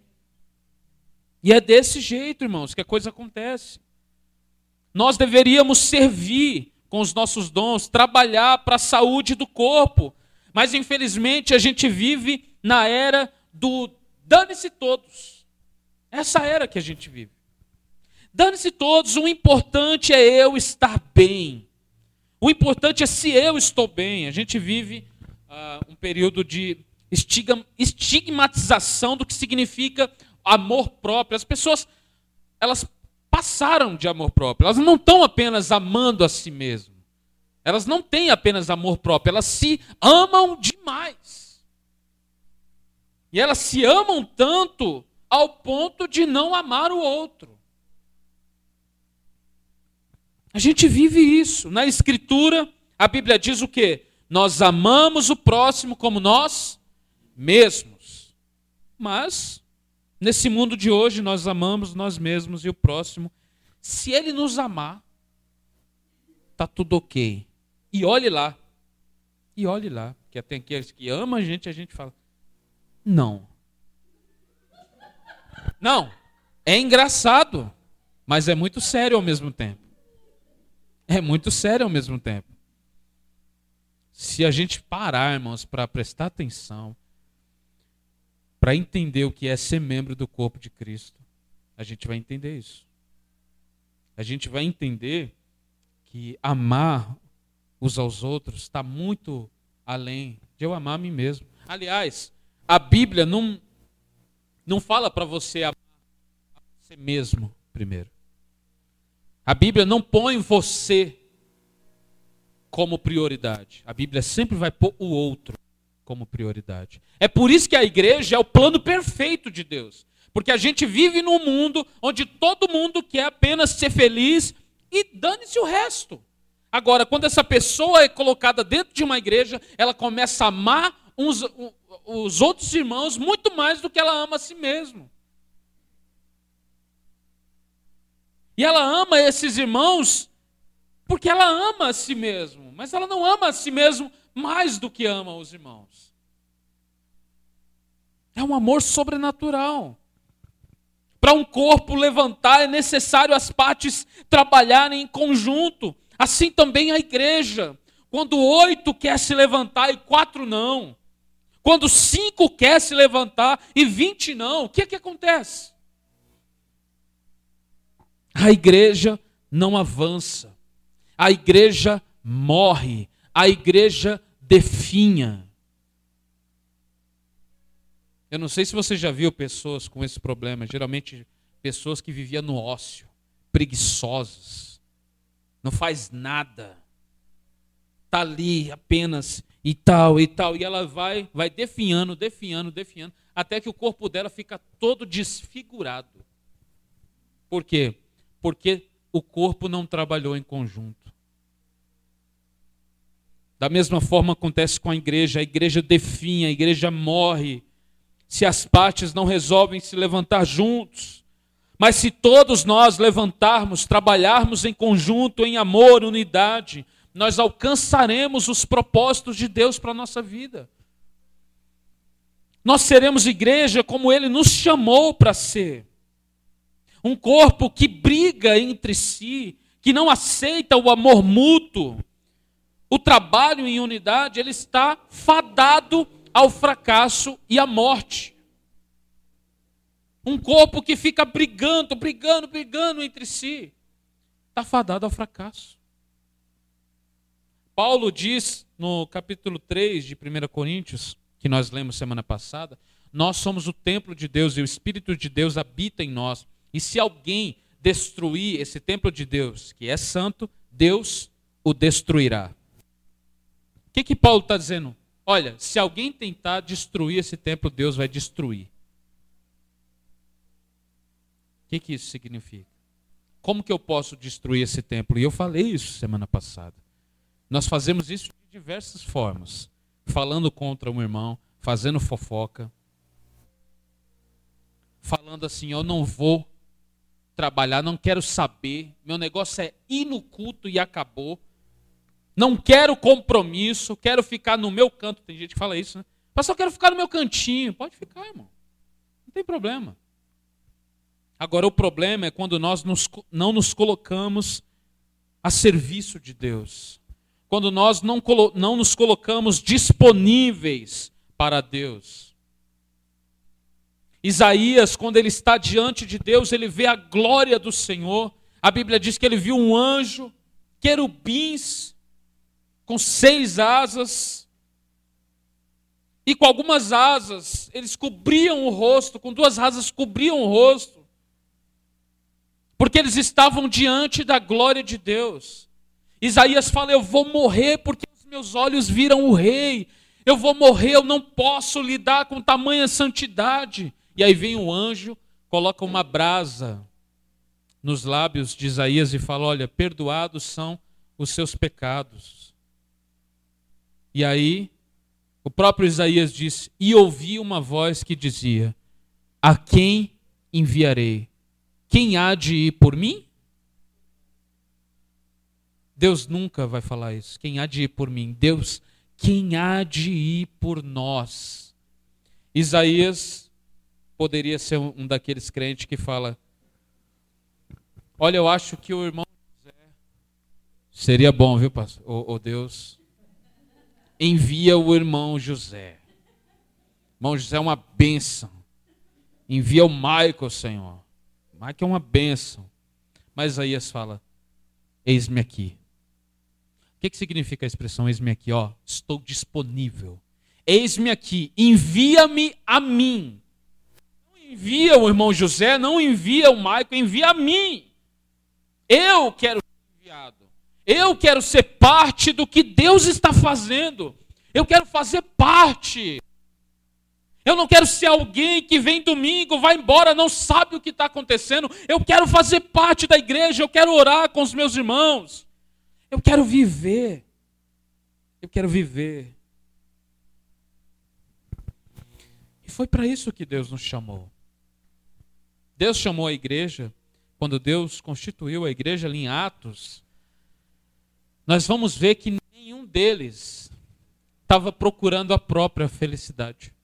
B: E é desse jeito, irmãos, que a coisa acontece. Nós deveríamos servir com os nossos dons, trabalhar para a saúde do corpo. Mas, infelizmente, a gente vive na era do dane-se todos. Essa era que a gente vive. Dane-se todos, o importante é eu estar bem. O importante é se eu estou bem. A gente vive uh, um período de estigmatização do que significa amor próprio. As pessoas, elas passaram de amor próprio. Elas não estão apenas amando a si mesmas. Elas não têm apenas amor próprio. Elas se amam demais. E elas se amam tanto ao ponto de não amar o outro. A gente vive isso. Na Escritura, a Bíblia diz o quê? Nós amamos o próximo como nós mesmos. Mas, nesse mundo de hoje, nós amamos nós mesmos e o próximo. Se ele nos amar, está tudo ok. E olhe lá. E olhe lá. Porque tem aqueles que amam a gente, a gente fala, não. Não. É engraçado, mas é muito sério ao mesmo tempo. É muito sério ao mesmo tempo. Se a gente parar, irmãos, para prestar atenção, para entender o que é ser membro do corpo de Cristo, a gente vai entender isso. A gente vai entender que amar uns aos outros está muito além de eu amar a mim mesmo. Aliás, a Bíblia não, não fala para você amar a você mesmo primeiro. A Bíblia não põe você como prioridade. A Bíblia sempre vai pôr o outro como prioridade. É por isso que a igreja é o plano perfeito de Deus. Porque a gente vive num mundo onde todo mundo quer apenas ser feliz e dane-se o resto. Agora, quando essa pessoa é colocada dentro de uma igreja, ela começa a amar uns, os outros irmãos muito mais do que ela ama a si mesma. E ela ama esses irmãos porque ela ama a si mesma, mas ela não ama a si mesma mais do que ama os irmãos. É um amor sobrenatural. Para um corpo levantar é necessário as partes trabalharem em conjunto. Assim também a igreja. Quando oito quer se levantar e quatro não. Quando cinco quer se levantar e vinte não. O que é que acontece? A igreja não avança. A igreja morre. A igreja definha. Eu não sei se você já viu pessoas com esse problema. Geralmente pessoas que viviam no ócio, preguiçosas, não faz nada, está ali apenas e tal e tal, e ela vai, vai definhando, definhando, definhando, até que o corpo dela fica todo desfigurado. Por quê? Porque o corpo não trabalhou em conjunto. Da mesma forma acontece com a igreja, a igreja definha, a igreja morre, se as partes não resolvem se levantar juntos. Mas se todos nós levantarmos, trabalharmos em conjunto, em amor, unidade, nós alcançaremos os propósitos de Deus para a nossa vida. Nós seremos igreja como Ele nos chamou para ser. Um corpo que briga entre si, que não aceita o amor mútuo. O trabalho em unidade, ele está fadado ao fracasso e à morte. Um corpo que fica brigando, brigando, brigando entre si, está fadado ao fracasso. Paulo diz no capítulo três de primeira Coríntios, que nós lemos semana passada, nós somos o templo de Deus e o Espírito de Deus habita em nós. E se alguém destruir esse templo de Deus, que é santo, Deus o destruirá. O que que Paulo está dizendo? Olha, se alguém tentar destruir esse templo, Deus vai destruir. O que que isso significa? Como que eu posso destruir esse templo? E eu falei isso semana passada. Nós fazemos isso de diversas formas. Falando contra um irmão, fazendo fofoca. Falando assim, eu não vou trabalhar, não quero saber. Meu negócio é ir no culto e acabou. Não quero compromisso, quero ficar no meu canto. Tem gente que fala isso, né? Mas só quero ficar no meu cantinho. Pode ficar, irmão. Não tem problema. Agora, o problema é quando nós nos, não nos colocamos a serviço de Deus. Quando nós não, não nos colocamos disponíveis para Deus. Isaías, quando ele está diante de Deus, ele vê a glória do Senhor. A Bíblia diz que ele viu um anjo, querubins, com seis asas. E com algumas asas, eles cobriam o rosto, com duas asas cobriam o rosto. Porque eles estavam diante da glória de Deus. Isaías fala, eu vou morrer porque os meus olhos viram o rei. Eu vou morrer, eu não posso lidar com tamanha santidade. E aí vem um anjo, coloca uma brasa nos lábios de Isaías e fala: olha, perdoados são os seus pecados. E aí, o próprio Isaías disse: e ouvi uma voz que dizia: a quem enviarei? Quem há de ir por mim? Deus nunca vai falar isso. Quem há de ir por mim? Deus, quem há de ir por nós? Isaías poderia ser um daqueles crentes que fala: olha, eu acho que o irmão José seria bom, viu, pastor? Ô, ô Deus, envia o irmão José. Irmão José é uma bênção. Envia o Michael, Senhor. Michael é uma bênção. Mas Isaías fala: eis-me aqui. O que, que significa a expressão eis-me aqui? Ó, estou disponível. Eis-me aqui, envia-me a mim. Não envia o irmão José, não envia o Michael, envia a mim. Eu quero ser enviado. Eu quero ser parte do que Deus está fazendo. Eu quero fazer parte. Eu não quero ser alguém que vem domingo, vai embora, não sabe o que está acontecendo. Eu quero fazer parte da igreja, eu quero orar com os meus irmãos. Eu quero viver. Eu quero viver. E foi para isso que Deus nos chamou. Deus chamou a igreja, quando Deus constituiu a igreja ali em Atos, nós vamos ver que nenhum deles estava procurando a própria felicidade.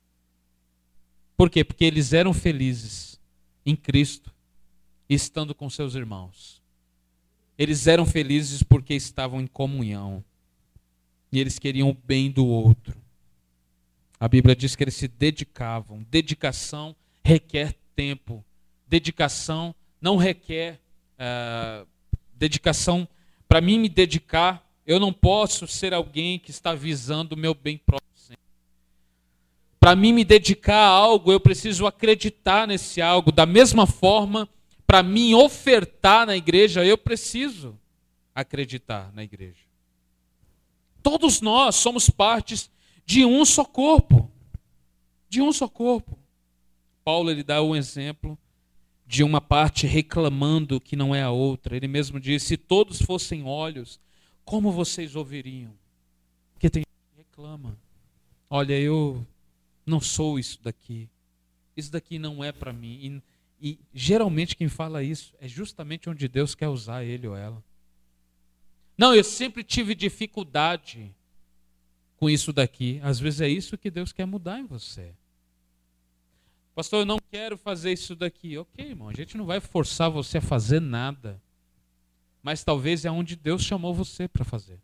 B: Por quê? Porque eles eram felizes em Cristo, estando com seus irmãos. Eles eram felizes porque estavam em comunhão. E eles queriam o bem do outro. A Bíblia diz que eles se dedicavam. Dedicação requer tempo. Dedicação não requer... Uh, dedicação, para mim me dedicar, eu não posso ser alguém que está visando o meu bem próprio. Para mim me dedicar a algo, eu preciso acreditar nesse algo. Da mesma forma, para mim ofertar na igreja, eu preciso acreditar na igreja. Todos nós somos partes de um só corpo. De um só corpo. Paulo, ele dá um exemplo de uma parte reclamando que não é a outra. Ele mesmo diz: se todos fossem olhos, como vocês ouviriam? Porque tem gente que reclama. Olha, eu... não sou isso daqui. Isso daqui não é para mim. E, e geralmente quem fala isso é justamente onde Deus quer usar ele ou ela. Não, eu sempre tive dificuldade com isso daqui. Às vezes é isso que Deus quer mudar em você. Pastor, eu não quero fazer isso daqui. Ok, irmão, a gente não vai forçar você a fazer nada. Mas talvez é onde Deus chamou você para fazer.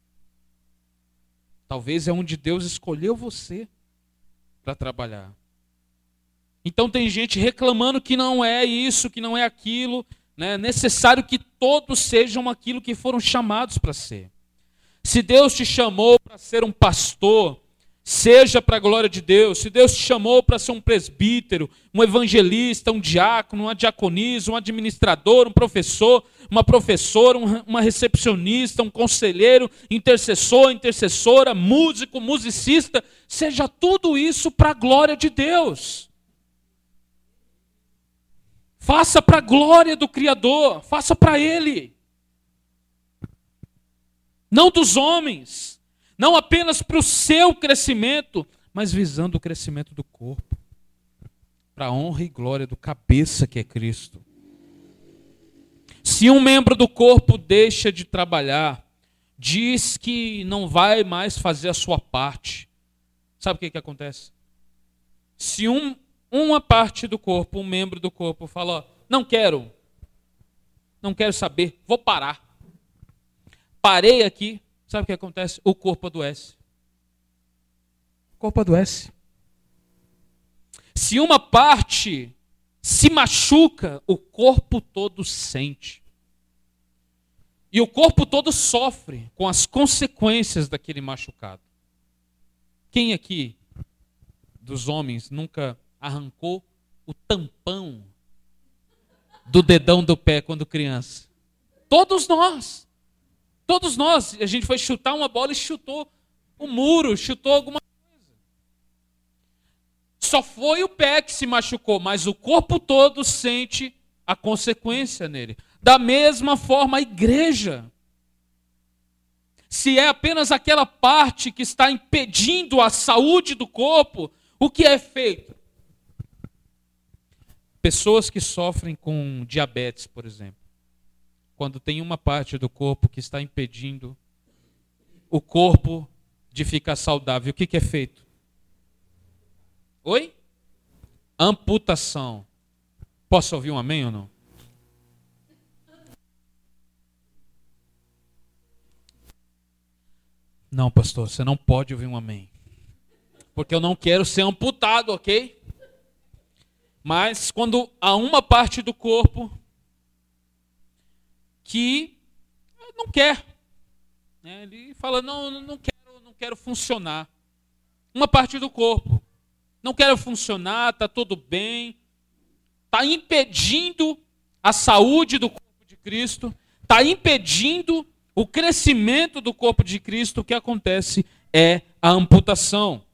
B: Talvez é onde Deus escolheu você para trabalhar. Então tem gente reclamando que não é isso, que não é aquilo. Né? É necessário que todos sejam aquilo que foram chamados para ser. Se Deus te chamou para ser um pastor, seja para a glória de Deus. Se Deus te chamou para ser um presbítero, um evangelista, um diácono, uma diaconisa, um administrador, um professor, uma professora, uma recepcionista, um conselheiro, intercessor, intercessora, músico, musicista, seja tudo isso para a glória de Deus. Faça para a glória do Criador, faça para Ele. Não dos homens, não apenas para o seu crescimento, mas visando o crescimento do corpo. Para a honra e glória do cabeça que é Cristo. Se um membro do corpo deixa de trabalhar, diz que não vai mais fazer a sua parte, sabe o que, que acontece? Se um, uma parte do corpo, um membro do corpo fala, ó, não quero, não quero saber, vou parar. Parei aqui, sabe o que acontece? O corpo adoece. O corpo adoece. Se uma parte se machuca, o corpo todo sente. E o corpo todo sofre com as consequências daquele machucado. Quem aqui dos homens nunca arrancou o tampão do dedão do pé quando criança? Todos nós. Todos nós. A gente foi chutar uma bola e chutou o muro, chutou alguma coisa. só foi o pé que se machucou, mas o corpo todo sente a consequência nele. Da mesma forma, a igreja. Se é apenas aquela parte que está impedindo a saúde do corpo, o que é feito? Pessoas que sofrem com diabetes, por exemplo. Quando tem uma parte do corpo que está impedindo o corpo de ficar saudável, o que, que é feito? Oi? Amputação. Posso ouvir um amém ou não? Não, pastor, você não pode ouvir um amém. Porque eu não quero ser amputado, ok? Mas quando há uma parte do corpo que não quer, né? Ele fala, não, não quero, não quero funcionar. Uma parte do corpo. Não quero funcionar, está tudo bem. Está impedindo a saúde do corpo de Cristo. Está impedindo o crescimento do corpo de Cristo. O que acontece é a amputação.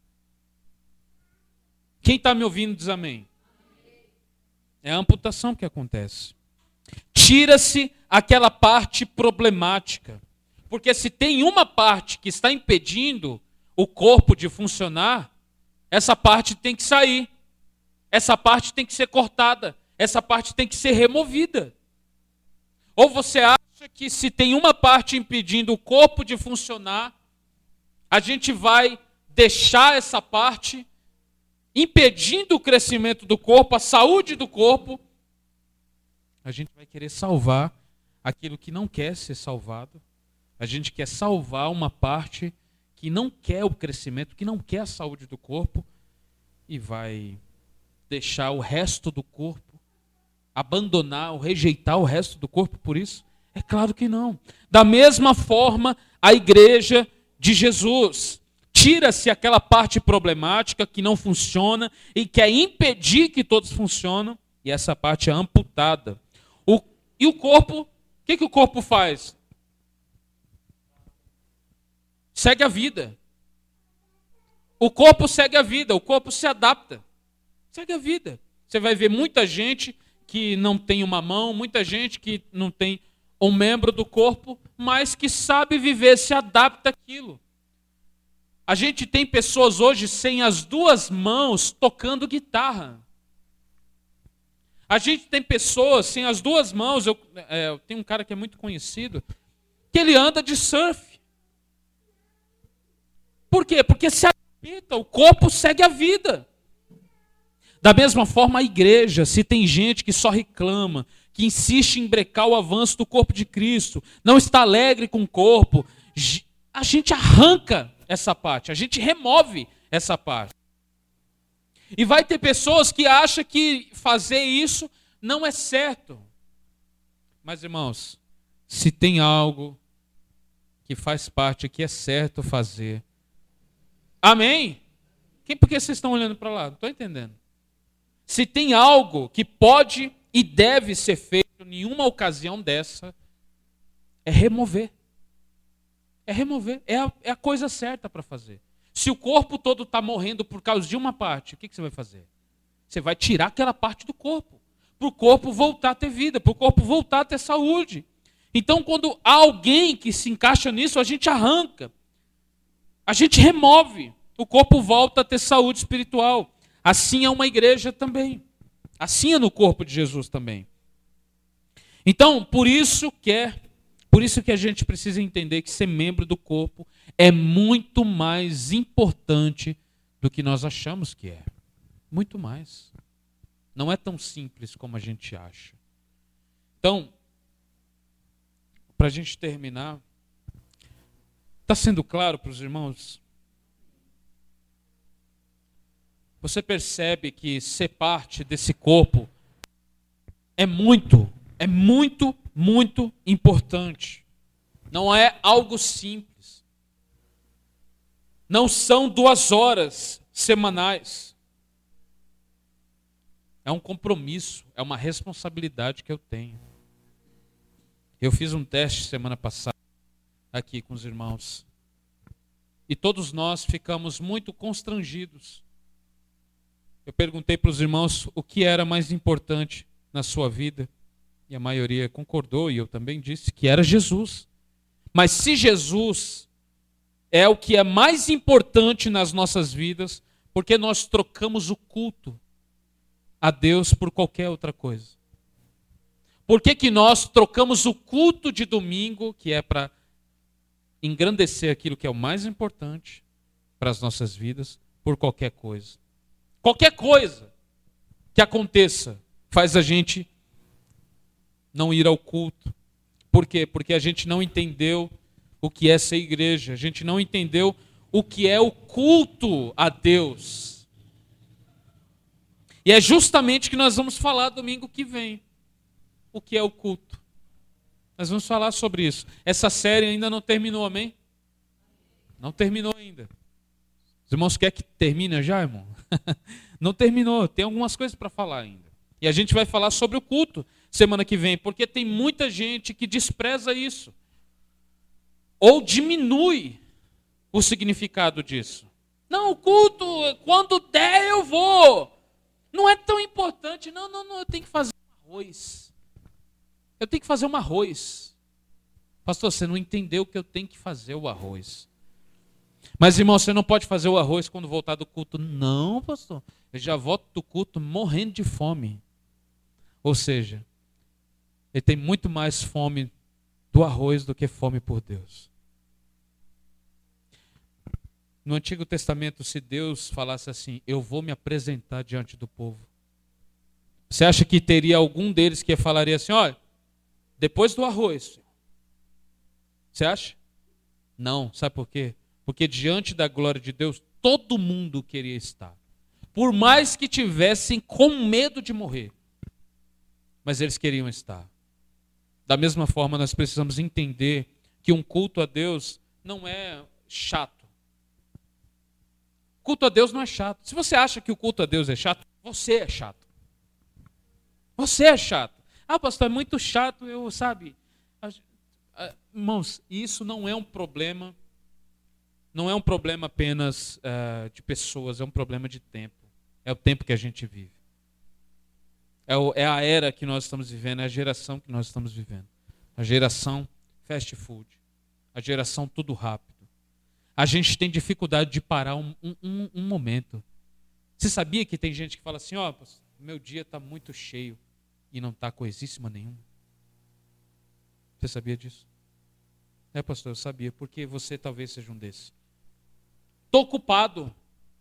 B: Quem está me ouvindo diz amém. É a amputação que acontece. Tira-se aquela parte problemática. Porque se tem uma parte que está impedindo o corpo de funcionar, essa parte tem que sair. Essa parte tem que ser cortada. Essa parte tem que ser removida. Ou você acha que se tem uma parte impedindo o corpo de funcionar, a gente vai deixar essa parte impedindo o crescimento do corpo, a saúde do corpo, a gente vai querer salvar aquilo que não quer ser salvado. A gente quer salvar uma parte que não quer o crescimento, que não quer a saúde do corpo e vai deixar o resto do corpo, abandonar ou rejeitar o resto do corpo por isso? É claro que não. Da mesma forma, a igreja de Jesus. Tira-se aquela parte problemática que não funciona e quer impedir que todos funcionem, e essa parte é amputada. O, e o corpo, o que, que o corpo faz? Segue a vida. O corpo segue a vida, o corpo se adapta. Segue a vida. Você vai ver muita gente que não tem uma mão, muita gente que não tem um membro do corpo, mas que sabe viver, se adapta àquilo. A gente tem pessoas hoje sem as duas mãos tocando guitarra. A gente tem pessoas sem as duas mãos. Eu, é, eu tenho um cara que é muito conhecido, que ele anda de surf. Por quê? Porque se adapta, o corpo segue a vida. Da mesma forma, a igreja, se tem gente que só reclama, que insiste em brecar o avanço do corpo de Cristo, não está alegre com o corpo, a gente arranca essa parte, a gente remove essa parte. E vai ter pessoas que acham que fazer isso não é certo. Mas, irmãos, se tem algo que faz parte, que é certo fazer. Amém? Quem, por que vocês estão olhando para lá? Não estou entendendo. Se tem algo que pode e deve ser feito em uma ocasião dessa, é remover. É remover. É a, é a coisa certa para fazer. Se o corpo todo está morrendo por causa de uma parte, o que, que você vai fazer? Você vai tirar aquela parte do corpo. Para o corpo voltar a ter vida, para o corpo voltar a ter saúde. Então, quando há alguém que se encaixa nisso, a gente arranca. A gente remove. O corpo volta a ter saúde espiritual. Assim é uma igreja também. Assim é no corpo de Jesus também. Então, por isso que é, por isso que a gente precisa entender que ser membro do corpo é muito mais importante do que nós achamos que é. Muito mais. Não é tão simples como a gente acha. Então, para a gente terminar, está sendo claro para os irmãos? Você percebe que ser parte desse corpo é muito, é muito, muito importante. Não é algo simples. Não são duas horas semanais. É um compromisso, é uma responsabilidade que eu tenho. Eu fiz um teste semana passada aqui com os irmãos. E todos nós ficamos muito constrangidos. Eu perguntei para os irmãos o que era mais importante na sua vida. E a maioria concordou, e eu também disse que era Jesus. Mas se Jesus é o que é mais importante nas nossas vidas, porque nós trocamos o culto a Deus por qualquer outra coisa? Por que que nós trocamos o culto de domingo, que é para engrandecer aquilo que é o mais importante para as nossas vidas, por qualquer coisa? Qualquer coisa que aconteça faz a gente não ir ao culto. Por quê? Porque a gente não entendeu o que é ser igreja, a gente não entendeu o que é o culto a Deus. E é justamente o que nós vamos falar domingo que vem. O que é o culto? Nós vamos falar sobre isso. Essa série ainda não terminou, amém? Não terminou ainda. Os irmãos querem que termine já, irmão? Não terminou, tem algumas coisas para falar ainda. E a gente vai falar sobre o culto semana que vem, porque tem muita gente que despreza isso. Ou diminui o significado disso. Não, o culto, quando der eu vou. Não é tão importante. Não, não, não, eu tenho que fazer um arroz. Eu tenho que fazer um arroz. Pastor, você não entendeu que eu tenho que fazer o arroz. Mas, irmão, você não pode fazer o arroz quando voltar do culto. Não, pastor. Eu já volto do culto morrendo de fome. Ou seja, ele tem muito mais fome do arroz do que fome por Deus. No Antigo Testamento, se Deus falasse assim, eu vou me apresentar diante do povo, você acha que teria algum deles que falaria assim, olha, depois do arroz? Você acha? Não, sabe por quê? Porque diante da glória de Deus, todo mundo queria estar. Por mais que tivessem com medo de morrer. Mas eles queriam estar. Da mesma forma, nós precisamos entender que um culto a Deus não é chato. Culto a Deus não é chato. Se você acha que o culto a Deus é chato, você é chato. Você é chato. Ah, pastor, é muito chato, eu, sabe... Irmãos, isso não é um problema, não é um problema apenas uh, de pessoas, é um problema de tempo. É o tempo que a gente vive. É, o, é a era que nós estamos vivendo, é a geração que nós estamos vivendo. A geração fast food, a geração tudo rápido. A gente tem dificuldade de parar um, um, um momento. Você sabia que tem gente que fala assim, ó, oh, meu dia está muito cheio e não está coisíssima nenhuma? Você sabia disso? É, pastor, eu sabia, porque você talvez seja um desses. Estou ocupado.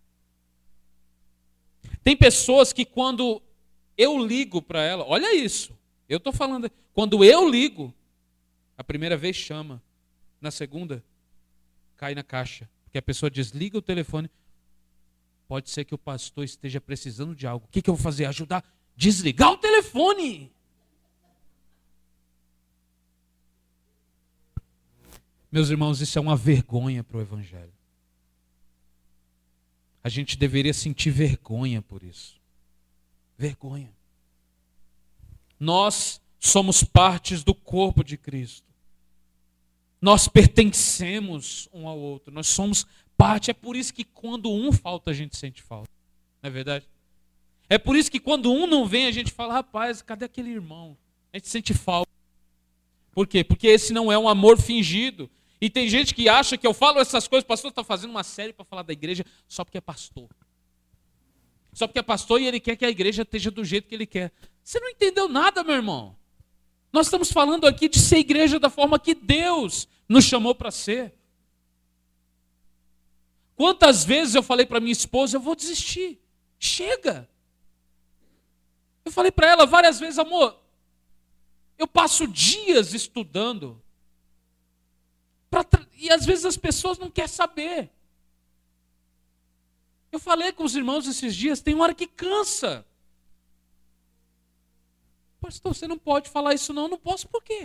B: Tem pessoas que quando eu ligo para ela, olha isso, eu estou falando, quando eu ligo, a primeira vez chama, na segunda, cai na caixa, porque a pessoa desliga o telefone, pode ser que o pastor esteja precisando de algo. O que, que eu vou fazer? Ajudar? Desligar o telefone! Meus irmãos, isso é uma vergonha para o Evangelho. A gente deveria sentir vergonha por isso. Vergonha. Nós somos partes do corpo de Cristo. Nós pertencemos um ao outro. Nós somos parte. É por isso que quando um falta, a gente sente falta. Não é verdade? É por isso que quando um não vem, a gente fala, rapaz, cadê aquele irmão? A gente sente falta. Por quê? Porque esse não é um amor fingido. E tem gente que acha que eu falo essas coisas, o pastor está fazendo uma série para falar da igreja só porque é pastor. Só porque é pastor e ele quer que a igreja esteja do jeito que ele quer. Você não entendeu nada, meu irmão. Nós estamos falando aqui de ser igreja da forma que Deus nos chamou para ser. Quantas vezes eu falei para minha esposa, eu vou desistir. Chega. Eu falei para ela várias vezes, amor, eu passo dias estudando. Tra... E às vezes as pessoas não querem saber. Eu falei com os irmãos esses dias, tem uma hora que cansa. Pastor, você não pode falar isso não, não posso por quê?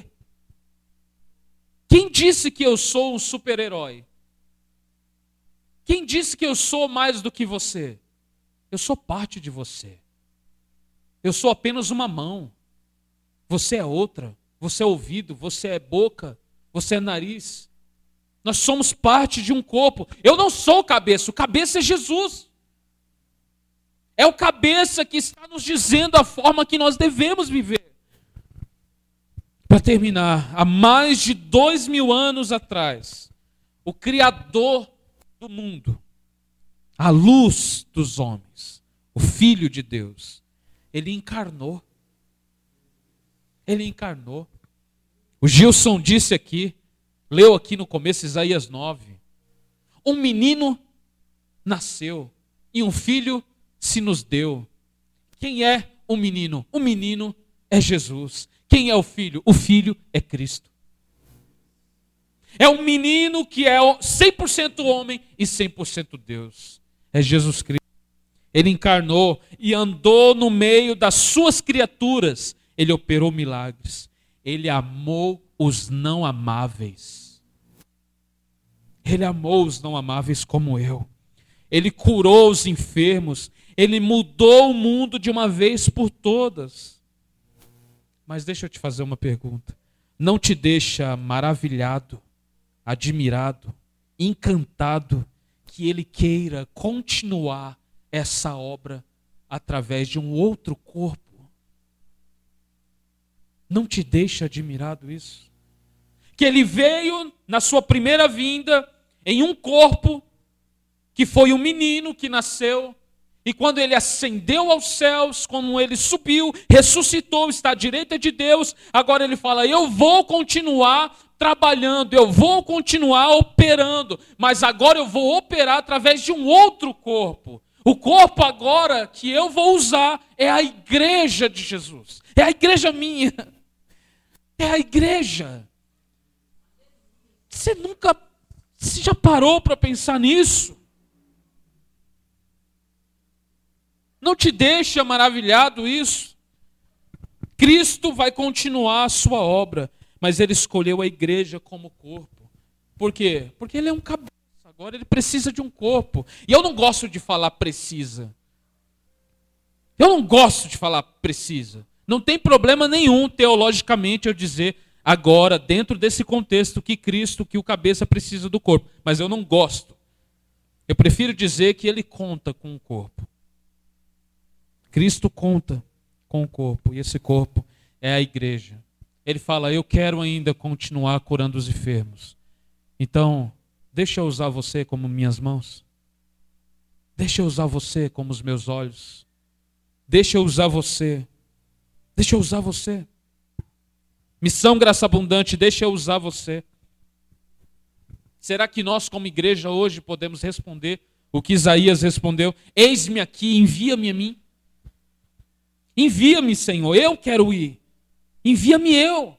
B: Quem disse que eu sou um super-herói? Quem disse que eu sou mais do que você? Eu sou parte de você. Eu sou apenas uma mão. Você é outra. Você é ouvido, você é boca, você é nariz. Nós somos parte de um corpo. Eu não sou o cabeça, o cabeça é Jesus. É o cabeça que está nos dizendo a forma que nós devemos viver. Para terminar, há mais de dois mil anos atrás, o Criador do mundo, a luz dos homens, o Filho de Deus, ele encarnou. Ele encarnou. O Gilson disse aqui, leu aqui no começo Isaías nove. Um menino nasceu e um filho se nos deu. Quem é o menino? O menino é Jesus. Quem é o filho? O filho é Cristo. É um menino que é cem por cento homem e cem por cento Deus. É Jesus Cristo. Ele encarnou e andou no meio das suas criaturas. Ele operou milagres. Ele amou os não amáveis. Ele amou os não amáveis como eu. Ele curou os enfermos. Ele mudou o mundo de uma vez por todas. Mas deixa eu te fazer uma pergunta. Não te deixa maravilhado, admirado, encantado que ele queira continuar essa obra através de um outro corpo? Não te deixa admirado isso? Que ele veio na sua primeira vinda em um corpo que foi um menino que nasceu, e quando ele ascendeu aos céus, quando ele subiu, ressuscitou, está à direita de Deus, agora ele fala, eu vou continuar trabalhando, eu vou continuar operando, mas agora eu vou operar através de um outro corpo. O corpo agora que eu vou usar é a igreja de Jesus, é a igreja minha, é a igreja. Você nunca, você já parou para pensar nisso? Não te deixa maravilhado isso? Cristo vai continuar a sua obra, mas ele escolheu a igreja como corpo. Por quê? Porque ele é um cabeça, agora ele precisa de um corpo. E eu não gosto de falar precisa. Eu não gosto de falar precisa. Não tem problema nenhum teologicamente eu dizer agora, dentro desse contexto, que Cristo, que o cabeça precisa do corpo. Mas eu não gosto. Eu prefiro dizer que ele conta com o corpo. Cristo conta com o corpo, e esse corpo é a igreja. Ele fala, eu quero ainda continuar curando os enfermos. Então, deixa eu usar você como minhas mãos. Deixa eu usar você como os meus olhos. Deixa eu usar você. Deixa eu usar você. Missão Graça Abundante, deixa eu usar você. Será que nós como igreja hoje podemos responder o que Isaías respondeu? Eis-me aqui, envia-me a mim. Envia-me, Senhor, eu quero ir. Envia-me eu.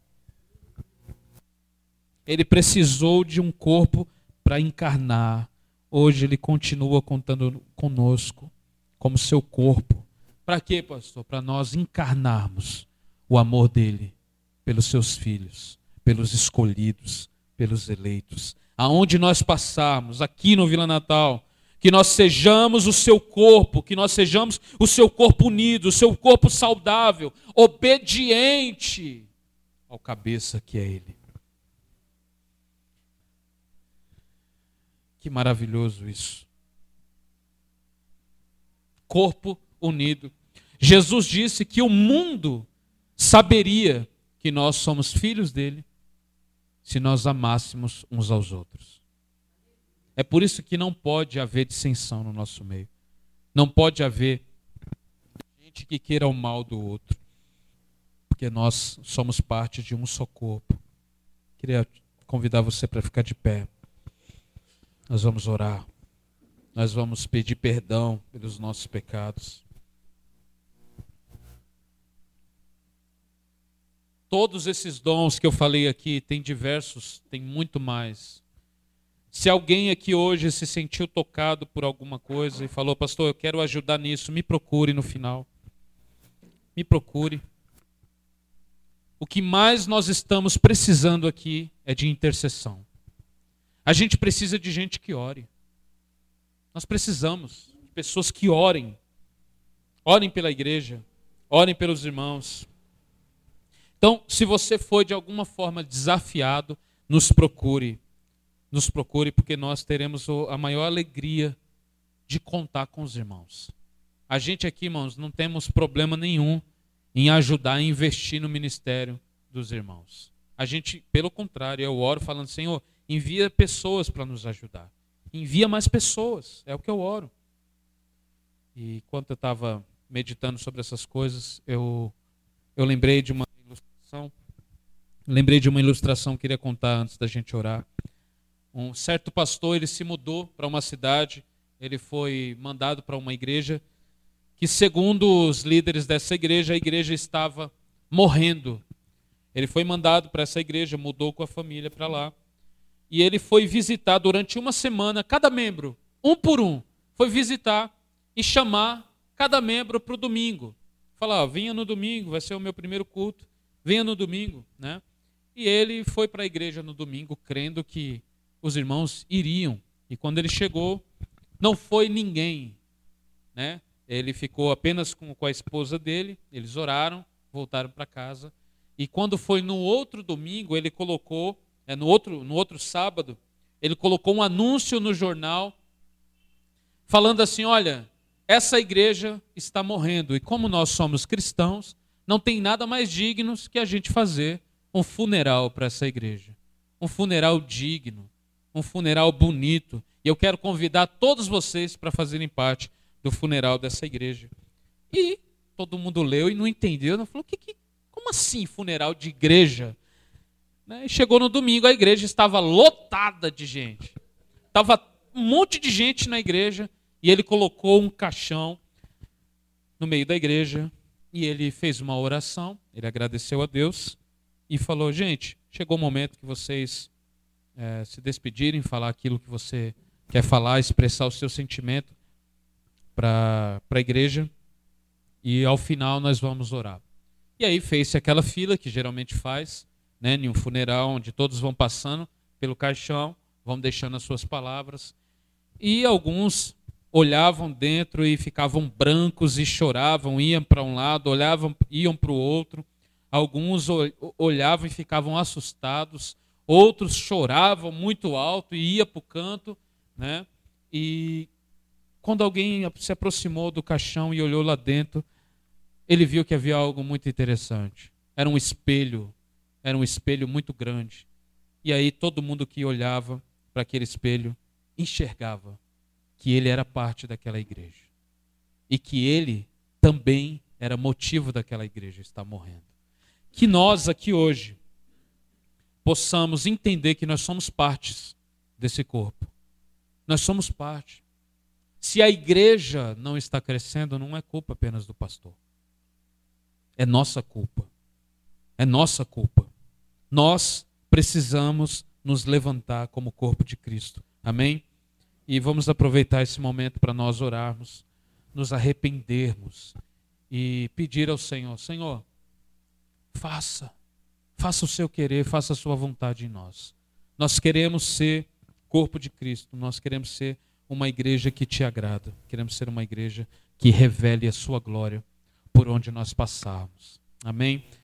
B: Ele precisou de um corpo para encarnar. Hoje ele continua contando conosco como seu corpo. Para quê, pastor? Para nós encarnarmos o amor dele pelos seus filhos, pelos escolhidos, pelos eleitos. Aonde nós passarmos, aqui no Vila Natal, que nós sejamos o seu corpo, que nós sejamos o seu corpo unido, o seu corpo saudável, obediente ao cabeça que é ele. Que maravilhoso isso. Corpo unido. Jesus disse que o mundo saberia que nós somos filhos dele se nós amássemos uns aos outros. É por isso que não pode haver dissensão no nosso meio. Não pode haver gente que queira o mal do outro. Porque nós somos parte de um só corpo. Queria convidar você para ficar de pé. Nós vamos orar. Nós vamos pedir perdão pelos nossos pecados. Todos esses dons que eu falei aqui, tem diversos, tem muito mais. Se alguém aqui hoje se sentiu tocado por alguma coisa e falou, pastor, eu quero ajudar nisso, me procure no final. Me procure. O que mais nós estamos precisando aqui é de intercessão. A gente precisa de gente que ore. Nós precisamos de pessoas que orem. Orem pela igreja. Orem pelos irmãos. Então, se você foi de alguma forma desafiado, nos procure. Nos procure porque nós teremos a maior alegria de contar com os irmãos. A gente aqui, irmãos, não temos problema nenhum em ajudar e investir no ministério dos irmãos. A gente, pelo contrário, eu oro falando, Senhor, envia pessoas para nos ajudar. Envia mais pessoas, é o que eu oro. E enquanto eu estava meditando sobre essas coisas, eu, eu lembrei de uma ilustração. Lembrei de uma ilustração que eu queria contar antes da gente orar. Um certo pastor, ele se mudou para uma cidade, ele foi mandado para uma igreja que, segundo os líderes dessa igreja, a igreja estava morrendo. Ele foi mandado para essa igreja, mudou com a família para lá. E ele foi visitar durante uma semana, cada membro, um por um, foi visitar e chamar cada membro para o domingo. Falar, ó, venha no domingo, vai ser o meu primeiro culto, venha no domingo, né? E ele foi para a igreja no domingo, crendo que os irmãos iriam. E quando ele chegou, não foi ninguém, né? Ele ficou apenas com, com a esposa dele, eles oraram, voltaram para casa. E quando foi no outro domingo, ele colocou, é, no, outro, no outro sábado, ele colocou um anúncio no jornal, falando assim, olha, essa igreja está morrendo. E como nós somos cristãos, não tem nada mais digno que a gente fazer um funeral para essa igreja. Um funeral digno, um funeral bonito. E eu quero convidar todos vocês para fazerem parte do funeral dessa igreja. E todo mundo leu e não entendeu. Não falou, que, que, como assim funeral de igreja? Né? E chegou no domingo, a igreja estava lotada de gente. Estava um monte de gente na igreja. E ele colocou um caixão no meio da igreja. E ele fez uma oração. Ele agradeceu a Deus. E falou, gente, chegou o momento que vocês é, se despedirem, falar aquilo que você quer falar, expressar o seu sentimento para a igreja. E ao final nós vamos orar. E aí fez-se aquela fila que geralmente faz, né, em um funeral, onde todos vão passando pelo caixão, vão deixando as suas palavras. E alguns olhavam dentro e ficavam brancos e choravam, iam para um lado, olhavam, iam para o outro. Alguns olhavam e ficavam assustados, outros choravam muito alto e iam para o canto, né? E quando alguém se aproximou do caixão e olhou lá dentro, ele viu que havia algo muito interessante. Era um espelho, era um espelho muito grande. E aí todo mundo que olhava para aquele espelho enxergava que ele era parte daquela igreja. E que ele também era motivo daquela igreja estar morrendo. Que nós aqui hoje possamos entender que nós somos partes desse corpo. Nós somos parte. Se a igreja não está crescendo, não é culpa apenas do pastor. É nossa culpa. É nossa culpa. Nós precisamos nos levantar como corpo de Cristo. Amém? E vamos aproveitar esse momento para nós orarmos, nos arrependermos e pedir ao Senhor, Senhor, faça, faça o seu querer, faça a sua vontade em nós. Nós queremos ser corpo de Cristo, nós queremos ser uma igreja que te agrada, queremos ser uma igreja que revele a sua glória por onde nós passarmos. Amém?